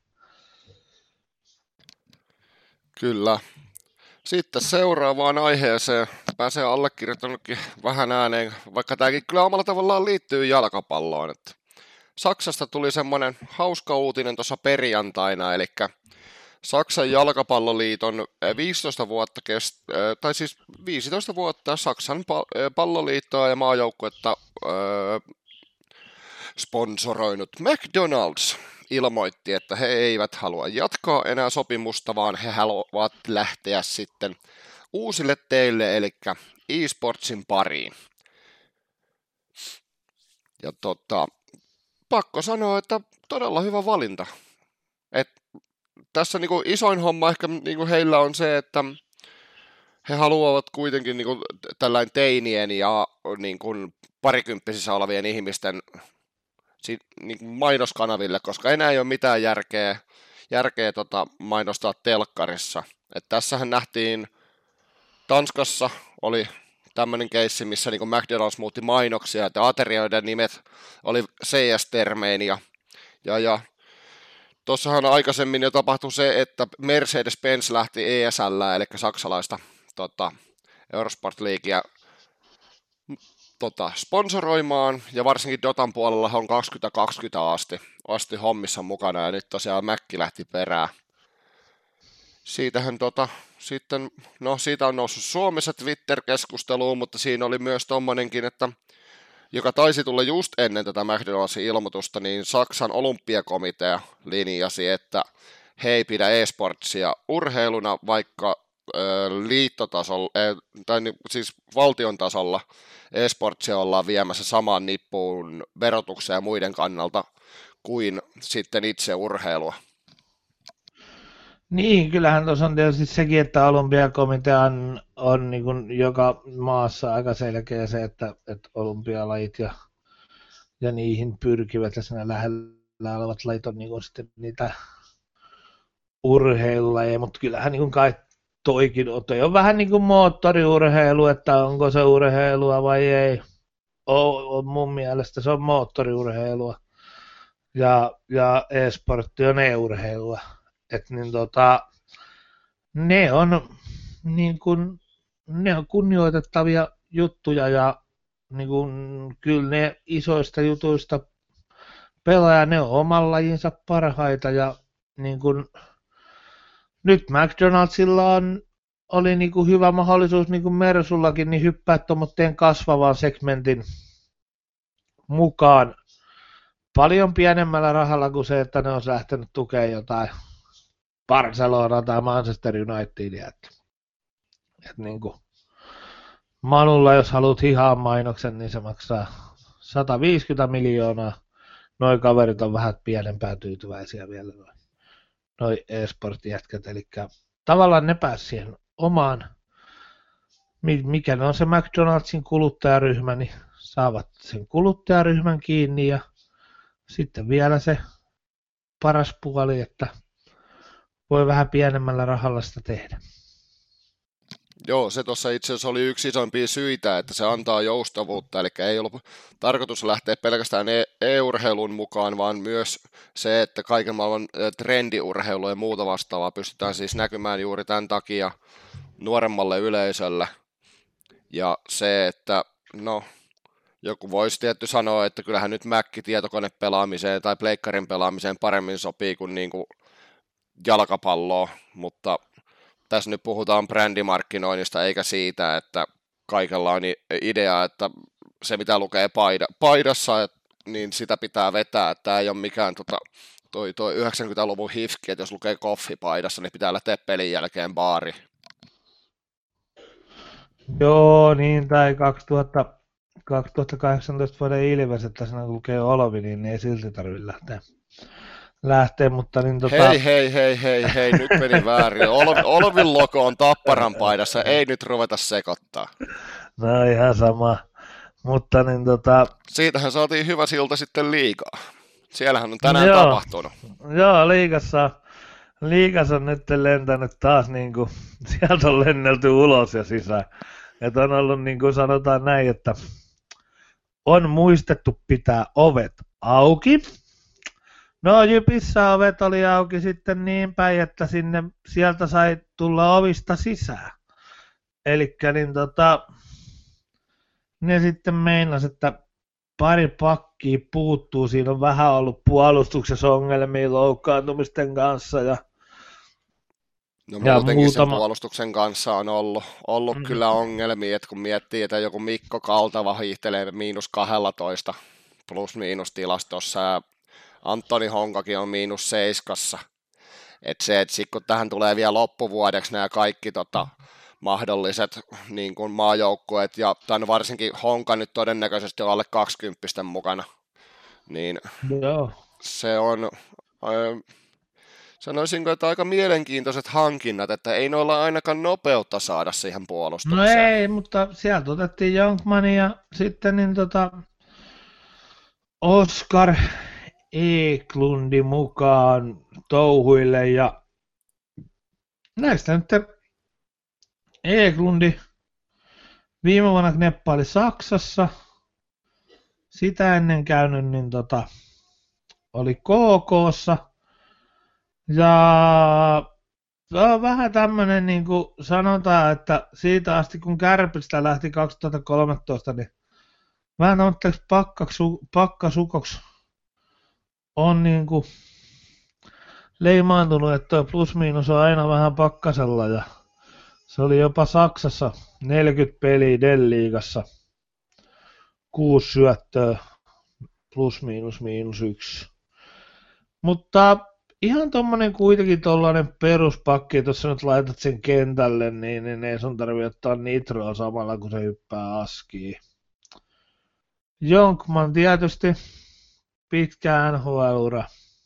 [SPEAKER 2] Kyllä. Sitten seuraavaan aiheeseen pääsee allekirjoittanutkin vähän ääneen, vaikka tämäkin kyllä omalla tavallaan liittyy jalkapalloon. Että Saksasta tuli semmoinen hauska uutinen tuossa perjantaina, eli Saksan jalkapalloliiton viisitoista vuotta kest, tai siis viisitoista vuotta Saksan palloliittoa ja maajoukkuetta sponsoroinut McDonald's ilmoitti, että he eivät halua jatkaa enää sopimusta, vaan he haluavat lähteä sitten uusille teille, eli e-sportsin pariin. Ja tota, pakko sanoa, että todella hyvä valinta. Et tässä niinku isoin homma ehkä niinku heillä on se, että he haluavat kuitenkin niinku tällainen teinien ja niinku parikymppisissä olevien ihmisten niin mainoskanaville, koska enää ei ole mitään järkeä, järkeä tota mainostaa telkkarissa. Et tässähän nähtiin, Tanskassa oli tämmöinen keissi, missä niin McDonald's muutti mainoksia, että aterioiden nimet oli C S-termein, ja, ja, ja tuossahan aikaisemmin jo tapahtui se, että Mercedes-Benz lähti E S L, eli saksalaista tota, Eurosport Leaguea, Tota, sponsoroimaan, ja varsinkin Dotan puolella on kaksituhattakaksikymmentä asti, asti hommissa mukana, ja nyt tosiaan Mäkki lähti perään. Siitähän tota, sitten, no siitä on noussut Suomessa Twitter-keskusteluun, mutta siinä oli myös tommonenkin, että joka taisi tulla just ennen tätä McDonald'sin ilmoitusta, niin Saksan olympiakomitea linjasi, että he ei pidä e-sportsia urheiluna, vaikka liittotasolla, tai siis valtion tasolla e-sportsia ollaan viemässä samaan nippuun verotuksen ja muiden kannalta kuin sitten itse urheilua.
[SPEAKER 3] Niin, kyllähän tuossa on tietysti sekin, että olympiakomitea on, on niin kuin joka maassa aika selkeä se, että, että olympialajit ja, ja niihin pyrkivät ja siinä lähellä olevat lajit on niin kuin sitten niitä urheilulajeja, mutta kyllähän niin kuin kai toikin toi on vähän niin kuin moottoriurheilu, että onko se urheilua vai ei. O, on mun mielestä se on moottoriurheilua ja, ja e-sportti on e-urheilua. Et niin tota, ne on niin kuin, ne on kunnioitettavia juttuja ja niin kuin, kyllä ne isoista jutuista pelaa, ne on oman lajinsa parhaita ja niin kuin, nyt McDonaldsilla on, oli niin kuin hyvä mahdollisuus niin kuin Mersullakin niin hyppää tuommoitteen kasvavan segmentin mukaan paljon pienemmällä rahalla kuin se, että ne olisi lähtenyt tukemaan jotain Barcelona tai Manchester Unitedia. Että, että niin kuin Manulla, jos haluat hihaan mainoksen, niin se maksaa sata viisikymmentä miljoonaa. Noi kaverit on vähän pienempää tyytyväisiä vielä. Noi e-sport-jätkät, eli tavallaan ne pääsivät siihen omaan, mikä on se McDonald'sin kuluttajaryhmä, niin saavat sen kuluttajaryhmän kiinni ja sitten vielä se paras puoli, että voi vähän pienemmällä rahalla sitä tehdä.
[SPEAKER 2] Joo, se tuossa itse asiassa oli yksi isompia syitä, että se antaa joustavuutta, eli ei ollut tarkoitus lähteä pelkästään e-urheilun mukaan, vaan myös se, että kaiken maailman trendiurheilu ja muuta vastaavaa pystytään siis näkymään juuri tämän takia nuoremmalle yleisölle. Ja se, että no, joku voisi tietty sanoa, että kyllähän nyt Mäkki tietokonepelaamiseen tai pleikkarin pelaamiseen paremmin sopii kuin, niin kuin jalkapalloa, mutta tässä nyt puhutaan brändimarkkinoinnista eikä siitä, että kaikella on idea, että se mitä lukee paida, paidassa, niin sitä pitää vetää. Tämä ei ole mikään tota, toi, toi yhdeksänkymmentäluvun hifki, että jos lukee koffipaidassa, niin pitää lähteä pelin jälkeen baariin.
[SPEAKER 3] Joo, niin, tai kaksituhatta, kaksituhattakahdeksantoista vuoden Ilves, että siinä lukee Olvi, niin ei silti tarvitse lähteä, lähteä, mutta niin tota...
[SPEAKER 2] Hei, hei, hei, hei, hei, nyt meni väärin. Ol, Olvin logo on Tapparan paidassa, ei nyt ruveta sekoittaa.
[SPEAKER 3] No ihan sama, mutta niin tota...
[SPEAKER 2] Siitähän saatiin hyvä silta sitten liigaa. Siellähän on tänään
[SPEAKER 3] Joo.
[SPEAKER 2] tapahtunut.
[SPEAKER 3] Joo, liigassa, liigassa on nyt lentänyt taas niin kuin, sieltä on lennelty ulos ja sisään. Että on ollut niin kuin sanotaan näin, että on muistettu pitää ovet auki. No Jypissä ovet oli auki sitten niin päin, että sinne, sieltä sai tulla ovista sisään. Elikkä niin tota, ne sitten meinas, että pari pakkia puuttuu. Siinä on vähän ollut puolustuksessa ongelmia loukkaantumisten kanssa. Ja,
[SPEAKER 2] No
[SPEAKER 3] ja
[SPEAKER 2] muutenkin
[SPEAKER 3] muutama...
[SPEAKER 2] sen puolustuksen kanssa on ollut, ollut mm. kyllä ongelmia, että kun miettii, että joku Mikko Kaltava hiihtelee miinus kaksitoista plus miinus tilastossa ja Antoni Honkakin on miinus seiskassa. Että se, että sit kun tähän tulee vielä loppuvuodeksi nämä kaikki tota, mahdolliset niin kuin maajoukkueet, ja tämän varsinkin Honka nyt todennäköisesti on alle kaksikymppisten mukana, niin
[SPEAKER 3] Joo.
[SPEAKER 2] se on, äh, sanoisinko, että aika mielenkiintoiset hankinnat, että ei noilla ainakaan nopeutta saada siihen puolustukseen.
[SPEAKER 3] No ei, mutta sieltä otettiin Jonkman ja sitten niin tota Oskar Eklundi mukaan touhuille ja näistä nyt Eklundi viime vuonna kneppaili Saksassa, sitä ennen käynyt niin tota, oli K K:ssa ja on vähän tämmönen niin kuin sanotaan, että siitä asti kun Kärpistä lähti kaksituhattakolmetoista, niin vähän tämmöiseksi pakkasukoksi on niin kuin leimaantunut, että tuo plus-miinus on aina vähän pakkasella ja se oli jopa Saksassa neljäkymmentä peliä D-liigassa, kuusi syöttöä, plus-miinus miinus yksi. Mutta ihan tommonen kuitenkin tollanen peruspakki, että jos sä nyt laitat sen kentälle, niin, niin ei sun tarvitse ottaa nitroa samalla kun se hyppää askiin. Jonkman tietysti, pitkä N H L-ura.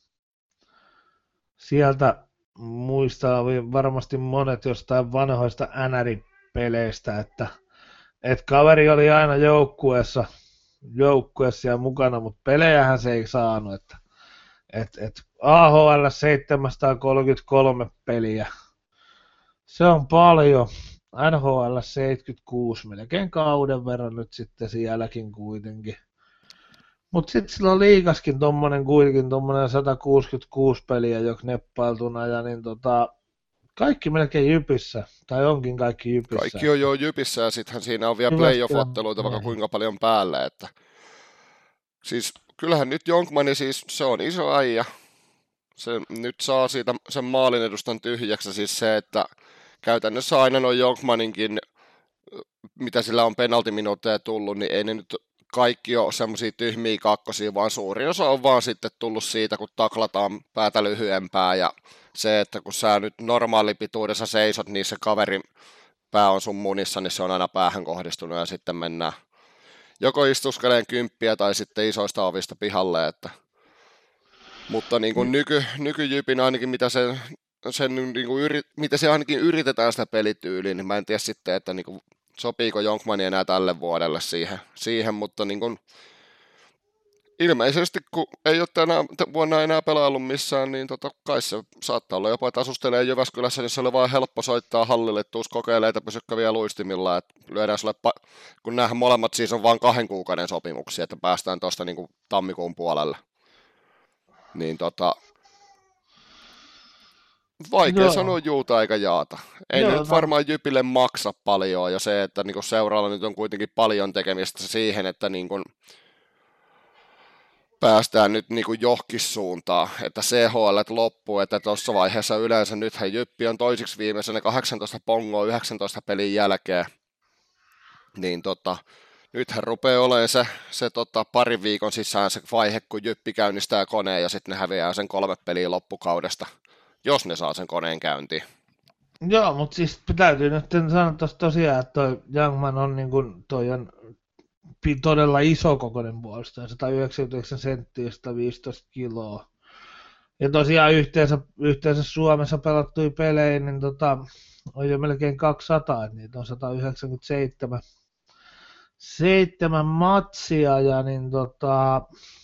[SPEAKER 3] Sieltä muistaa varmasti monet jostain vanhoista N R-peleistä, että, että kaveri oli aina joukkueessa, joukkueessa ja mukana, mutta pelejähän se ei saanut. Että, et, et A H L seitsemänsataakolmekymmentäkolme peliä, se on paljon. N H L seitsemänkymmentäkuusi, melkein kauden verran nyt sitten sielläkin kuitenkin. Mutta sitten sillä on liigaskin tommonen kuitenkin tommonen sata kuusikymmentäkuusi peliä jo kneppailtuna ja niin tota, kaikki melkein Jypissä, tai onkin kaikki Jypissä.
[SPEAKER 2] Kaikki on jo Jypissä ja sittenhän siinä on vielä playoff-otteluita vaikka kuinka paljon päälle. Että... Siis kyllähän nyt Jonkmani siis, se on iso äijä. Se nyt saa siitä sen maalin edustan tyhjäksi siis se, että käytännössä aina noin Jonkmaninkin, mitä sillä on penaltiminuutteja tullut, niin ei ne nyt kaikki ole semmoisia tyhmiä kakkosia, vaan suurin osa on vaan sitten tullut siitä, kun taklataan päätä lyhyempää ja se, että kun sä nyt normaalipituudessa seisot, niin se kaverin pää on sun munissa, niin se on aina päähän kohdistunut ja sitten mennään joko istuskeleen kymppiä tai sitten isoista ovista pihalle, että mutta niin kuin nyky, nykyjypin ainakin mitä se, sen, niin kuin yrit, mitä se ainakin yritetään sitä pelityyliin, niin mä en tiedä sitten, että niin kuin sopiiko Jonkmani enää tälle vuodelle siihen, siihen mutta niin kuin, ilmeisesti kun ei ole tänä vuonna enää pelaillut missään, niin tota, kai se saattaa olla jopa, että asustelee Jyväskylässä, niin se oli vaan helppo soittaa hallille, että tuus kokeilemaan, että pysykkä vielä luistimilla, että lyödään sulle, pa- kun näähän molemmat siis on vain kahden kuukauden sopimuksia, että päästään tuosta niin kuin tammikuun puolelle. Niin tota, vaikea Joo. sanoa juuta eikä jaata. Ei Joo, nyt no. varmaan Jypille maksa paljon, ja se, että niinku seuraalla nyt on kuitenkin paljon tekemistä siihen, että niinku päästään nyt niinku johonkin suuntaan, että C H L loppuu, että tuossa vaiheessa yleensä nythän Jyppi on toisiksi viimeisenä kahdeksantoista pongoa yhdeksäntoista pelin jälkeen, niin tota, nythän rupeaa olemaan se, se tota, parin viikon sisään se vaihe, kun Jyppi käynnistää koneen ja sitten ne häviää sen kolme peliä loppukaudesta, jos ne saa sen koneen käyntiin.
[SPEAKER 3] Joo, mutta siis täytyy nyt sanoa tuossa tosiaan, että toi Youngman on, niin kuin, toi on todella iso kokoinen puolustaja, sata yhdeksänkymmentäyhdeksän senttiä, sata viisitoista kiloa. Ja tosiaan yhteensä, yhteensä Suomessa pelattuja pelejä, niin tota, on jo melkein kaksisataa, että niitä on sata yhdeksänkymmentäseitsemän seitsemän matsia, ja niin tota,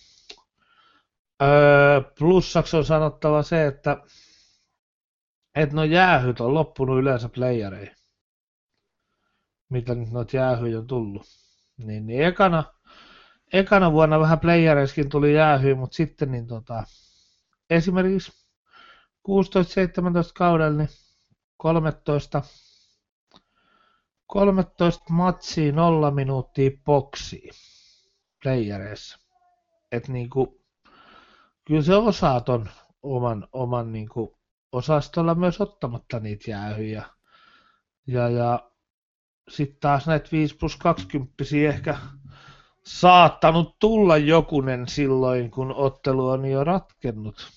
[SPEAKER 3] öö, plussaksi on sanottava se, että et no jäähyt on loppunut yleensä playereihin, mitä nyt noita jäähyjä on tullut. Niin, niin ekana, ekana vuonna vähän playereissakin tuli jäähyjä, mutta sitten niin tota, esimerkiksi kuusitoista seitsemäntoista kaudella niin kolmetoista, kolmetoista matsia nolla minuuttia boksiin playereissa. Et niinku, kyllä se osaa ton oman, oman niinku osastolla myös ottamatta niitä jäähyjä. Ja, ja sitten taas näitä viisi plus kaksikymmentä ehkä saattanut tulla jokunen silloin, kun ottelu on jo ratkennut.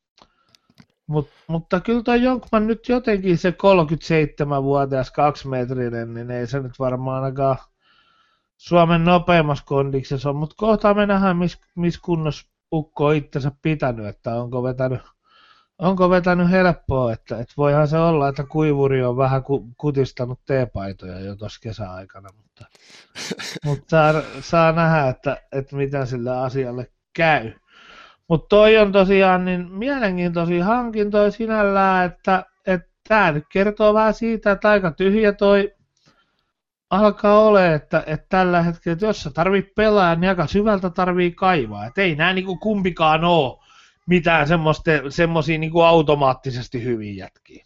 [SPEAKER 3] Mut, mutta kyllä toi Jonkman nyt jotenkin se kolmekymmentäseitsemänvuotias kaksimetrinen, niin ei se nyt varmaan ainakaan Suomen nopeimmassa kondiksessa on. Mutta kohta me nähdään, missä mis kunnossa ukko on itsensä pitänyt, että onko vetänyt, onko vetänyt helppoa. Että, että voihan se olla, että kuivuri on vähän kutistanut teepaitoja jo tuossa kesäaikana. Mutta, mutta saa, saa nähdä, että, että mitä sillä asialle käy. Mutta toi on tosiaan niin mielenkiintoisia hankintoja sinällään, että tämä nyt kertoo vähän siitä, että aika tyhjä toi alkaa olla, että, että tällä hetkellä, että jos sä tarvit pelaa, niin aika syvältä tarvii kaivaa. Et ei nämä niinku kumpikaan ole mitään semmoisia niinku automaattisesti hyviä jätkiä.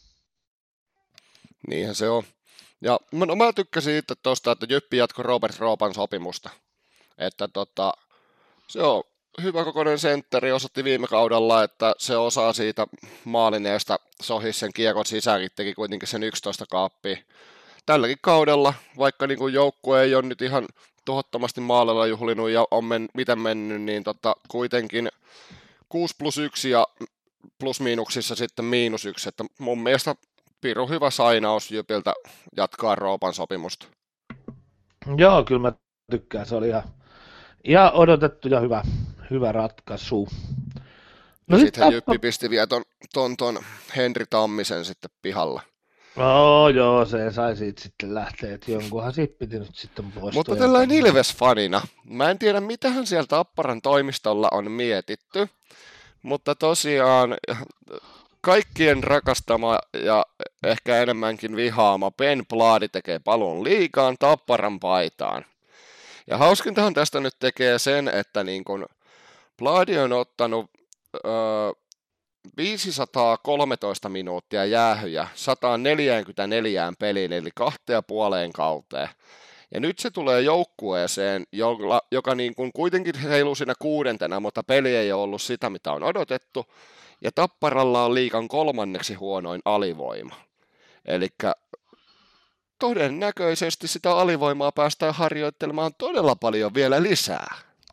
[SPEAKER 2] Niinhän se on. Ja no, mä tykkäsin itse tuosta, että Jyppi jatkoi Robert Roopan sopimusta. Että tota, se on hyvä kokoinen sentteri, osoitti viime kaudella, että se osaa siitä maalineesta sohi sen kiekon sisäänkin, teki kuitenkin sen yksitoista kaappia. Tälläkin kaudella, vaikka niin kuin joukkue ei ole nyt ihan tuhottomasti maalilla juhlinut ja on men, miten mennyt, niin tota, kuitenkin kuusi plus yksi ja plus miinuksissa sitten miinus yksi. Että mun mielestä piru hyvä sainaus Jypiltä jatkaa Roopan sopimusta.
[SPEAKER 3] Joo, kyllä mä tykkään. Se oli ihan, ihan odotettu ja hyvä, hyvä ratkaisu.
[SPEAKER 2] No sittenhän Jyppi tappa... pisti vielä ton, ton, ton Henri Tammisen sitten pihalla.
[SPEAKER 3] No joo, se sai siitä sitten lähteä, että jonkunhan siitä piti nyt sitten poistua.
[SPEAKER 2] Mutta tällainen Ilves-fanina, mä en tiedä mitähän siellä Tapparan toimistolla on mietitty, mutta tosiaan kaikkien rakastama ja ehkä enemmänkin vihaama Ben Bladi tekee paluun liigaan Tapparan paitaan. Ja hauskintahan tästä nyt tekee sen, että niin kun Bladi on ottanut öö, viisisataakolmetoista minuuttia jäähyjä sata neljäkymmentäneljä peliin, eli kahteen ja puoleen kauteen. Ja nyt se tulee joukkueeseen, joka, joka niin kuin kuitenkin heiluu siinä kuudentena, mutta peli ei ole ollut sitä, mitä on odotettu. Ja Tapparalla on liigan kolmanneksi huonoin alivoima. Eli todennäköisesti sitä alivoimaa päästään harjoittelemaan todella paljon vielä lisää.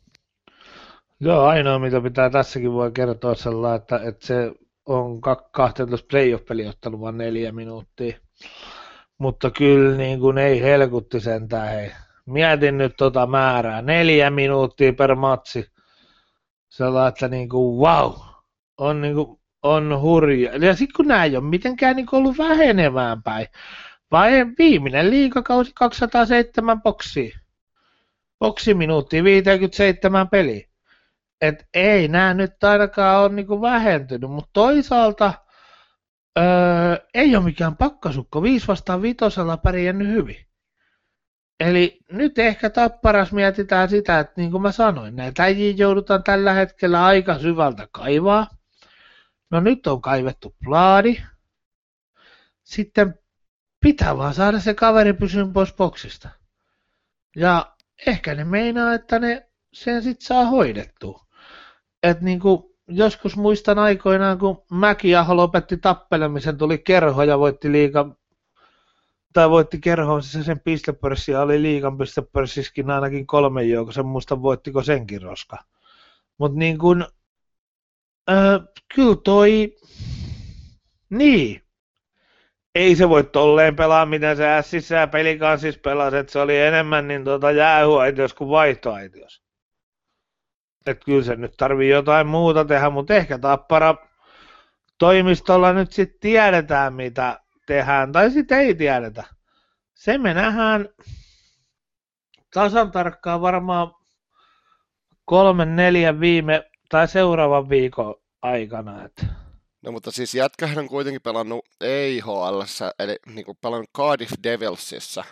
[SPEAKER 3] Joo, ainoa mitä pitää tässäkin voi kertoa sellainen, että, että se on kaksitoista playoff-peliä ottanut vain neljä minuuttia. Mutta kyllä niin kuin ei helkutti sentään, hei. Mietin nyt tota määrää, neljä minuuttia per matsi. Sellainen, että niin kuin wow, on, niin kuin, on hurja. Ja sitten kun nämä ei ole mitenkään niin kuin ollut vähenemään päin, vai viimeinen liigakausi kaksisataaseitsemän boksia. Boksiminuuttia viisikymmentäseitsemän peliä. Et ei nämä nyt ainakaan ole niinku vähentynyt, mutta toisaalta öö, ei ole mikään pakkasukko. Viisi vastaan vitosella pärjännyt hyvin. Eli nyt ehkä Tapparas mietitään sitä, että niin kuin mä sanoin, näitä äijiä joudutaan tällä hetkellä aika syvältä kaivaa. No nyt on kaivettu Bladi. Sitten pitää vaan saada se kaveri pysyyn pois boksista. Ja ehkä ne meinaa, että ne sen sitten saa hoidettua. Et niinku, joskus muistan aikoinaan, kun Mäki-Aho lopetti tappelemisen, tuli kerho ja voitti liigan, tai voitti kerhoon sen pistepörssi ja oli liigan pistepörssissäkin ainakin kolmen joukossa, en muista voittiko senkin roska. Mutta niin kun, äh, kyllä toi, niin, ei se voi tolleen pelaa, miten se Ässissä ja Pelikansissa pelasi, että se oli enemmän niin tota jäähyaitios kuin vaihtoaitios. Että kyllä se nyt tarvii jotain muuta tehdä, mutta ehkä Tappara toimistolla nyt sitten tiedetään, mitä tehdään, tai sitten ei tiedetä. Se me nähdään tasan tarkkaan varmaan kolmen, neljän viime tai seuraavan viikon aikana. Että.
[SPEAKER 2] No mutta siis jätkähän on kuitenkin pelannut E H L:ssä, eli niin kuin pelannut Cardiff Devilsissa.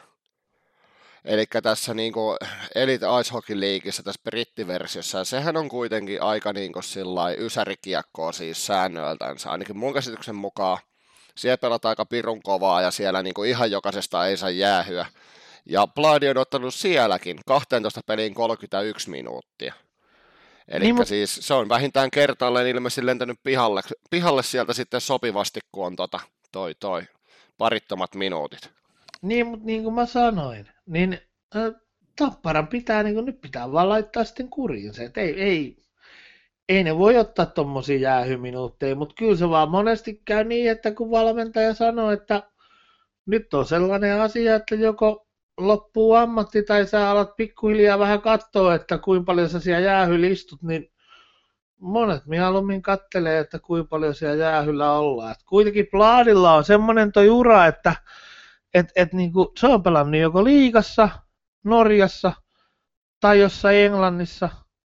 [SPEAKER 2] Eli tässä niin kuin Elite Ice Hockey Leagueissä, tässä brittiversiossa, ja sehän on kuitenkin aika niin kuin sillai ysärikiekkoa siis säännöiltänsä, ainakin mun käsityksen mukaan. Siellä pelataan aika pirun kovaa, ja siellä niin kuin ihan jokaisesta ei saa jäähyä. Ja Bladi on ottanut sielläkin kahteentoista peliin kolmekymmentäyksi minuuttia. Eli niin, siis se on vähintään kertaalleen ilmeisesti lentänyt pihalle, pihalle sieltä sitten sopivasti, kun on tota, toi, toi parittomat minuutit.
[SPEAKER 3] Niin, mutta niin kuin mä sanoin, niin äh, Tapparan pitää, niin kuin nyt pitää vaan laittaa sitten kuriin se, että ei, ei, ei ne voi ottaa tommosia jäähyminuutteja, mutta kyllä se vaan monesti käy niin, että kun valmentaja sanoo, että nyt on sellainen asia, että joko loppuu ammatti tai sä alat pikkuhiljaa vähän katsoa, että kuinka paljon sä siellä jäähyllä istut, niin monet mieluummin kattelee, että kuinka paljon siellä jäähyllä ollaan. Et kuitenkin Bladilla on semmoinen toi ura, että et, et niinku, se on pelannut joko liigassa, Norjassa tai jossain Englannissa,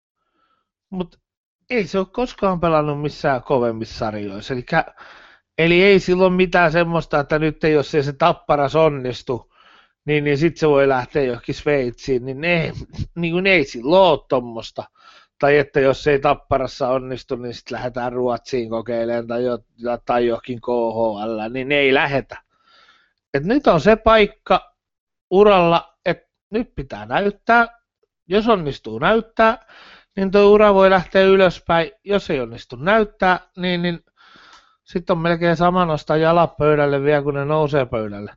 [SPEAKER 3] mutta ei se ole koskaan pelannut missään kovemmissa sarjoissa. Elikkä, eli ei silloin mitään semmoista, että nyt ei, jos ei se Tapparas onnistu, niin, niin sitten se voi lähteä johonkin Sveitsiin, niin ei, niin kuin ei silloin ole tommoista. Tai että jos ei Tapparassa onnistu, niin sitten lähdetään Ruotsiin kokeilemaan tai, jo, tai johonkin K H L, niin ei lähetä. Et nyt on se paikka uralla, että nyt pitää näyttää, jos onnistuu näyttää, niin tuo ura voi lähteä ylöspäin. Jos ei onnistu näyttää, niin, niin sitten on melkein sama nostaa jalat pöydälle vielä, kun ne nousee pöydälle.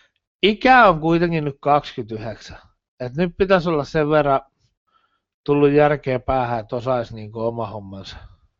[SPEAKER 3] Ikä on kuitenkin nyt kaksikymmentäyhdeksän. Et nyt pitäisi olla sen verran tullut järkeä päähän, että osaisi niin kuin oma hommansa.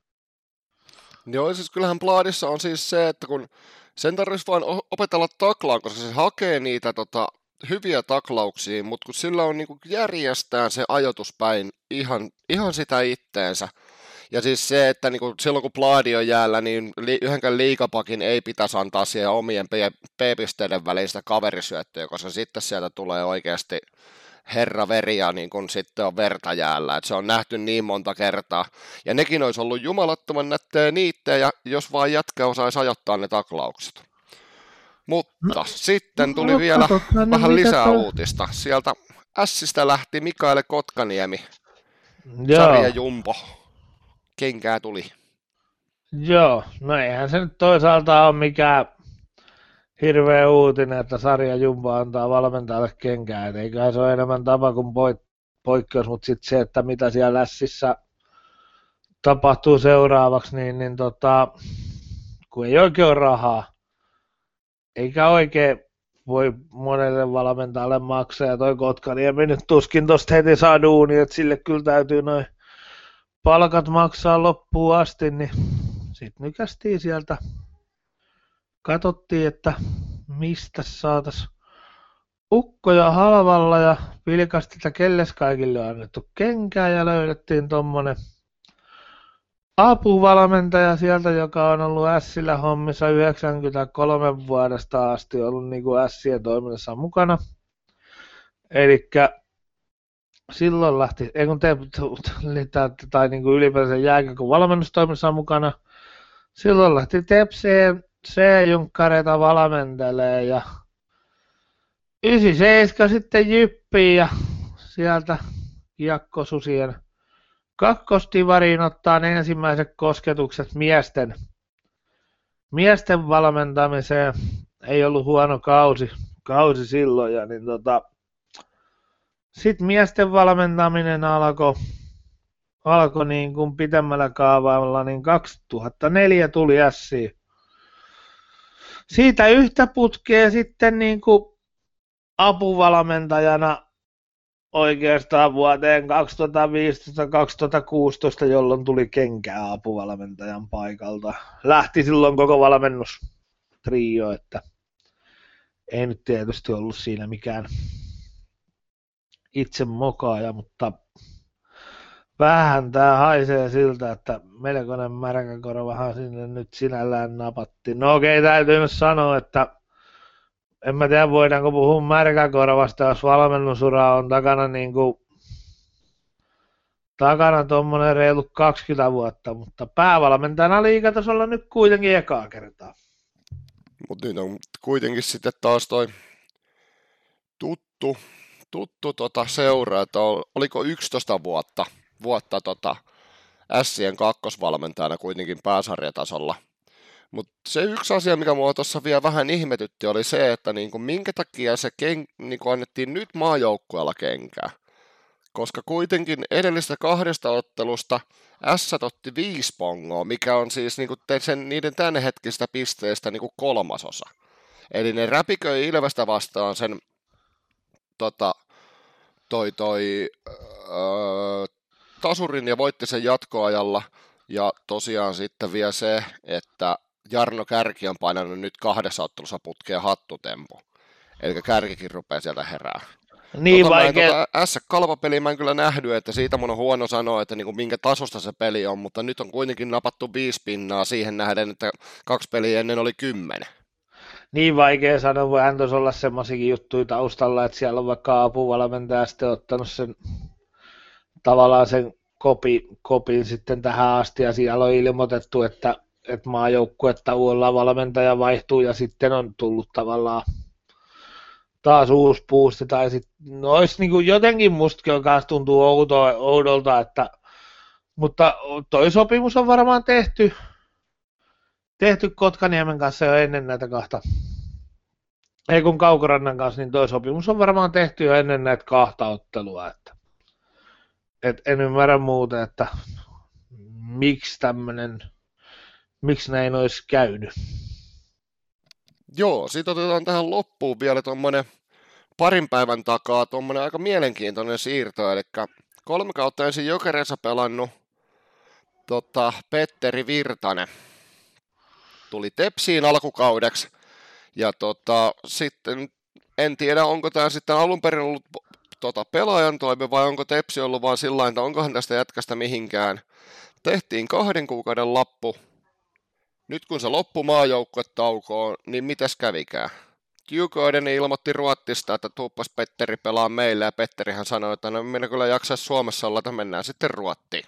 [SPEAKER 2] Joo, siis kyllähän Bladissa on siis se, että kun sen tarvitsisi vain opetella taklaan, koska se hakee niitä tota, hyviä taklauksia, mutta kun sillä on niin kuin järjestään se ajoitus päin ihan, ihan sitä itteensä. Ja siis se, että niin kuin silloin kun Bladi on jäällä, niin li- yhdenkään liigapakin ei pitäisi antaa siihen omien P-pisteiden väliin sitä kaverisyöttöä, koska sitten sieltä tulee oikeasti herra veri ja niin kun sitten on verta jäällä. Et se on nähty niin monta kertaa. Ja nekin olisi ollut jumalattoman nättejä niittejä, ja jos vaan jätkä osaisi ajoittaa ne taklaukset. Mutta no, sitten tuli no, vielä katsotaan, vähän no, lisää toi... uutista. Sieltä Ässistä lähti Mikael Kotkaniemi, sarja Jumbo. Kenkää tuli.
[SPEAKER 3] Joo, no eihän se nyt toisaalta ole mikään hirveä uutinen, että sarja Jumbo antaa valmentajalle kenkää. Et eiköhän se ole enemmän tapa kuin poikkeus, mutta sitten se, että mitä siellä Ässissä tapahtuu seuraavaksi, niin, niin tota, kun ei oikein ole rahaa, eikä oikein voi monelle valmentajalle maksaa, ja toi Kotkaniemi nyt tuskin tosta heti saa duunia, että sille kyllä täytyy noin palkat maksaa loppuun asti, niin sitten nykästiin sieltä. Katsottiin, että mistä saataisiin ukkoja halvalla ja vilkasti, että kelles kaikille on annettu kenkää ja löydettiin tommonen apuvalmentaja sieltä, joka on ollut Ässillä hommissa yhdeksänkymmentäkolme vuodesta asti ollut niin kuin Ässien toiminnassa mukana. Elikkä silloin lähti, ei kun te, tai niin kuin ylipäänsä jääkiekon valmennustoiminnassa mukana, silloin lähti Tepseen C-junkkareita valmentelee ja yhdeksänkymmentäseitsemän sitten Jyppiin ja sieltä Kiekkosusien kakkostivariin ottaa ne ensimmäiset kosketukset miesten, miesten valmentamiseen. Ei ollut huono kausi, kausi silloin ja niin tota, sitten miesten valmentaminen alkoi alko niin kuin pitemmällä kaavalla, niin kaksituhattaneljä tuli Ässiin. Siitä yhtä putkea sitten niin kuin apuvalmentajana oikeastaan vuoteen kaksituhattaviisitoista kaksituhattakuusitoista, jolloin tuli kenkää apuvalmentajan paikalta. Lähti silloin koko valmennustrio, että ei nyt tietysti ollut siinä mikään itse mokaaja, mutta Vähän tää haisee siltä, että melkoinen märkäkorvahan sinne nyt sinällään napatti. No okei, täytyy nyt sanoa, että en mä tiedä voidaanko puhua märkäkorvasta, jos valmennusura on takana niin kuin, takana tuommoinen reilu kaksikymmentä vuotta, mutta päävalmentajana liigatasolla nyt kuitenkin ekaa kertaa.
[SPEAKER 2] Mutta nyt on kuitenkin sitten taas toi tuttu, tuttu tota seura, että oliko yksitoista vuotta, vuotta tota Sien kakkosvalmentajana kuitenkin pääsarjatasolla. Mutta se yksi asia, mikä mua tuossa vielä vähän ihmetytti, oli se, että niinku minkä takia se ken, niinku annettiin nyt maajoukkueella kenkää. Koska kuitenkin edellistä kahdesta ottelusta S otti viisi pongoa, mikä on siis niinku sen, niiden tämänhetkistä pisteistä niinku kolmasosa. Eli ne räpiköi Ilvestä vastaan sen tota, toi, toi, öö, tasurin ja voitti sen jatkoajalla. Ja tosiaan sitten vielä se, että Jarno Kärki on painanut nyt kahdessa ottelussa putkeen hattutempu. Eli Kärkikin rupeaa sieltä herää.
[SPEAKER 3] Niin
[SPEAKER 2] tota,
[SPEAKER 3] vaikea.
[SPEAKER 2] Tota S-kalvapeliä mä en kyllä nähnyt, että siitä mun on huono sanoa, että niinku minkä tasosta se peli on, mutta nyt on kuitenkin napattu viisi pinnaa siihen nähden, että kaksi peliä ennen oli kymmenen.
[SPEAKER 3] Niin vaikea sanoa, voihan tuossa olla semmoisiakin juttuja taustalla, että siellä on vaikka apuvalmentaja sitten ottanut sen tavallaan sen kopi, kopin sitten tähän asti ja siellä on ilmoitettu, että, että maajoukkuetta uudella valmentaja vaihtuu ja sitten on tullut tavallaan taas uusi boosti tai sitten, no olisi niin kuin jotenkin mustakin kanssa tuntuu outo, oudolta, että, mutta toi sopimus on varmaan tehty, tehty Kotkaniemen kanssa jo ennen näitä kahta, ei kun Kaukorannan kanssa, niin toi sopimus on varmaan tehty jo ennen näitä kahta ottelua, että et en ymmärrä muuta, että miksi tämmöinen, miksi näin olisi käynyt.
[SPEAKER 2] Joo, sitten otetaan tähän loppuun vielä tuommoinen parin päivän takaa tuommoinen aika mielenkiintoinen siirto, eli kolme kautta ensin Jokereissa pelannut tota, Petteri Virtanen tuli Tepsiin alkukaudeksi, ja tota, sitten en tiedä, onko tämä sitten alun perin ollut tota, pelaajan toive vai onko Tepsi ollut vaan sillä että onkohan tästä jätkästä mihinkään. Tehtiin kahden kuukauden lappu. Nyt kun se loppui maajoukkuetaukoon, niin mitäs kävikään? Djurgården ilmoitti Ruotsista, että tuuppas Petteri pelaa meille, ja Petterihän sanoi, että no minä kyllä jaksaa Suomessa olla, että mennään sitten Ruottiin.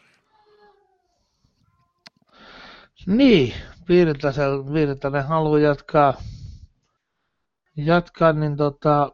[SPEAKER 3] Niin, Virtanen, Virtanen haluaa jatkaa, jatkaa niin tota,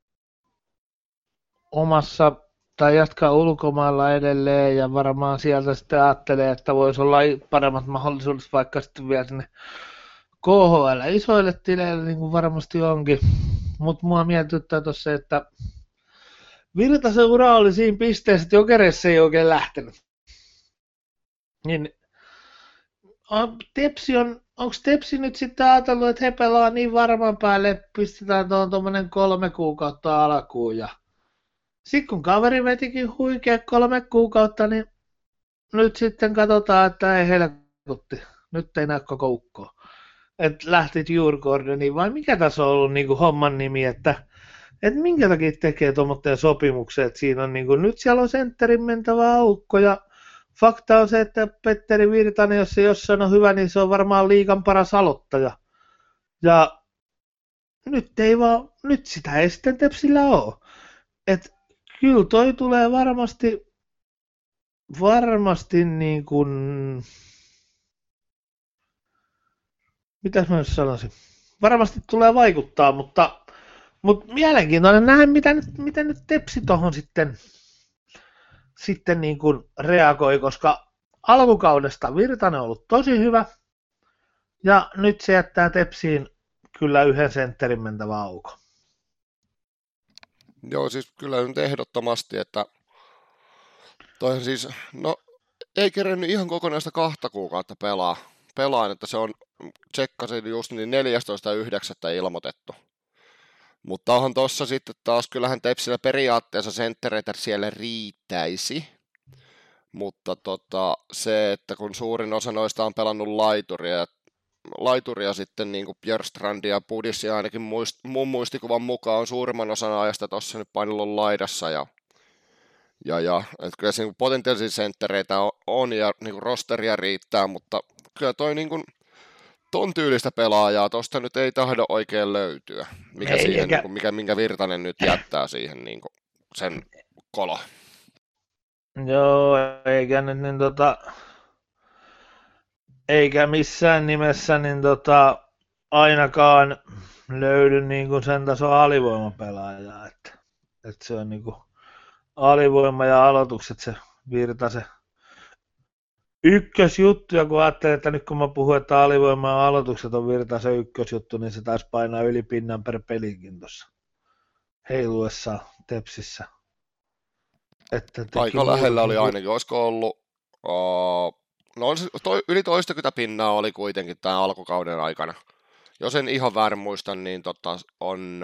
[SPEAKER 3] omassa tai jatkaa ulkomailla edelleen ja varmaan sieltä sitten ajattelee, että voisi olla paremmat mahdollisuudet vaikka sitten vielä sinne K H L isoille tileille, niin kuin varmasti onkin. Mutta mua mietityttää tuossa, että Virtasen ura oli siinä pisteessä, että Jokereissa ei oikein lähtenyt. Niin, Tepsi on, onko Tepsi nyt sitten ajatellut, että he pelaa niin varman päälle, pistetään tuohon tuommoinen kolme kuukautta alkuun ja sitten kun kaveri vetikin huikea kolme kuukautta, niin nyt sitten katsotaan, että ei helkutti. Nyt ei näy koko ukkoa. Että lähtit Djurgårdeniin, vai mikä tässä on ollut niin kuin homman nimi, että, että minkä takia tekee tuommoinen sopimuksen, että siinä on niin kuin, nyt siellä on sentterin mentävä aukko ja fakta on se, että Petteri Virtanen, jos se jossain on hyvä, niin se on varmaan liigan paras aloittaja. Ja nyt ei vaan, nyt sitä ei sitten Tepsillä ole. Että kyllä toi tulee varmasti, varmasti niin kuin, mitäs mä nyt sanoisin, varmasti tulee vaikuttaa, mutta, mutta mielenkiintoinen nähdä, mitä nyt, mitä nyt Tepsi tohon sitten, sitten niin kuin reagoi, koska alkukaudesta Virtanen on ollut tosi hyvä, ja nyt se jättää Tepsiin kyllä yhden sentterin mentävä aukon.
[SPEAKER 2] Joo, siis kyllä nyt ehdottomasti, että toihan siis, no ei kerennyt ihan kokonaista kahta kuukautta pelaa, pelaan, että se on, tsekkasin just niin neljästoista yhdeksättä ilmoitettu. Mutta onhan tossa sitten taas, kyllähän Tepsillä periaatteessa senttereitä siellä riittäisi, mutta tota, se, että kun suurin osa noista on pelannut laituria, laituria sitten niin kuin Björstrand ja Budis ainakin muist, mun muistikuvan mukaan on suurimman osan ajasta tuossa nyt painellut laidassa ja, Ja, ja että kyllä siinä potentiaalisia senttereitä on, on ja niin kuin rosteria riittää, mutta kyllä toi niin kuin, ton tyylistä pelaajaa tuosta nyt ei tahdo oikein löytyä, mikä
[SPEAKER 3] Ei,
[SPEAKER 2] siihen, niin
[SPEAKER 3] eikä,
[SPEAKER 2] kuin, mikä, minkä Virtanen nyt jättää siihen niin kuin, sen kolo.
[SPEAKER 3] joo, eikä nyt niin tota, eikä missään nimessä niin tota, ainakaan löydy niin kuin sen tason alivoimapelaajaa, että, että se on niin kuin alivoima ja aloitukset se Virtasen ykkösjuttu, ja kun ajattelee, että nyt kun mä puhun, että alivoima ja aloitukset on Virtasen ykkösjuttu, niin se taisi painaa yli pinnan per pelikin tuossa heiluessa Tepsissä. Että
[SPEAKER 2] Aika lähellä oli ainakin, olisiko ollut, uh, no on se, toi, yli toistakymmentä pinnaa oli kuitenkin tämän alkukauden aikana. Jos en ihan väärin muista, niin tota, on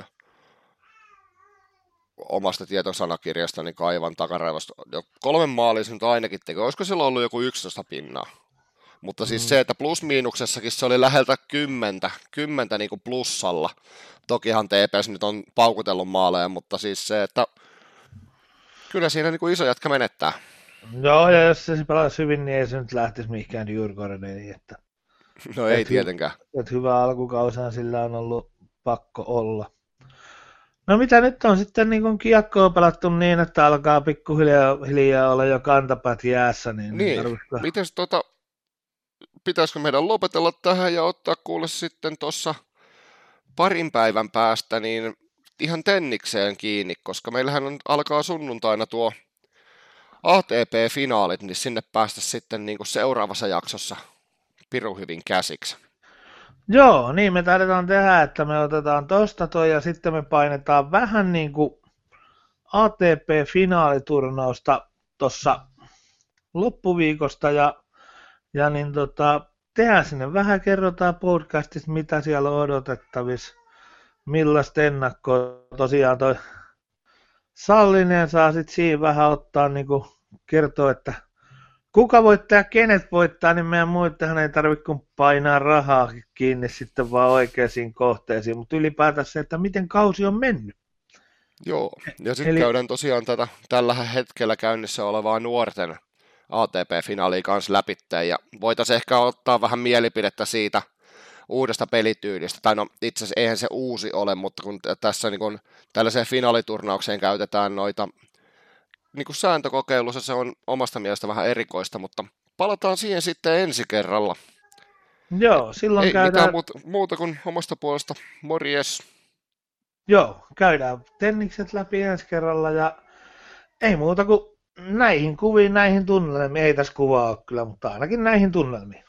[SPEAKER 2] omasta tietosanakirjastani kaivan takaraivosta. Jo kolmen maalia se nyt ainakin teki. Olisiko silloin ollut joku yksitoista pinnaa? Mutta siis mm. se, että plus-miinuksessakin se oli läheltä kymmentä, kymmentä niin kuin plussalla. Tokihan T P S nyt on paukutellut maaleja, mutta siis se, että kyllä siinä niin kuin iso jätkä menettää.
[SPEAKER 3] Joo, ja jos se pelaisi hyvin, niin ei se nyt lähtisi mihinkään Djurgårdeniin. Että,
[SPEAKER 2] no ei
[SPEAKER 3] että
[SPEAKER 2] tietenkään.
[SPEAKER 3] Hy, että hyvä alkukausihan sillä on ollut pakko olla. No mitä nyt on sitten niin kun kiekkoa pelattu niin, että alkaa pikkuhiljaa hiljaa olla jo kantapäät jäässä. Niin,
[SPEAKER 2] niin.
[SPEAKER 3] Tarvitko...
[SPEAKER 2] Mites tota, pitäisikö meidän lopetella tähän ja ottaa kuule sitten tuossa parin päivän päästä niin ihan tennikseen kiinni, koska meillähän on, alkaa sunnuntaina tuo A T P-finaalit, niin sinne päästä sitten niin kuin seuraavassa jaksossa pirun hyvin käsiksi.
[SPEAKER 3] Joo, niin me taidetaan tehdä, että me otetaan tosta toi ja sitten me painetaan vähän niin kuin A T P-finaaliturnausta tuossa loppuviikosta ja, ja niin tota, tehdään sinne vähän, kerrotaan podcastista, mitä siellä on odotettavissa, millaista ennakkoa. Tosiaan toi Sallinen saa sitten siinä vähän ottaa niin kuin kertoa, että kuka voittaa ja kenet voittaa, niin meidän muittahan ei tarvitse kuin painaa rahaa kiinni sitten vaan oikeisiin kohteisiin, mutta ylipäätään se, että miten kausi on mennyt.
[SPEAKER 2] Joo, ja sitten
[SPEAKER 3] Eli...
[SPEAKER 2] käydään tosiaan tätä tällä hetkellä käynnissä olevaa nuorten A T P-finaalia kanssa läpitteen, ja voitaisiin ehkä ottaa vähän mielipidettä siitä uudesta pelityylistä, tai no itse asiassa eihän se uusi ole, mutta kun tässä niin kun tällaiseen finaaliturnaukseen käytetään noita niin kuin sääntökokeilussa, se on omasta mielestä vähän erikoista, mutta palataan siihen sitten ensi kerralla.
[SPEAKER 3] Joo, silloin
[SPEAKER 2] ei
[SPEAKER 3] käydään...
[SPEAKER 2] mitään muuta, muuta kuin omasta puolesta, morjes.
[SPEAKER 3] Joo, käydään tennikset läpi ensi kerralla ja ei muuta kuin näihin kuviin, näihin tunnelmiin. Ei tässä kuvaa ole kyllä, mutta ainakin näihin tunnelmiin.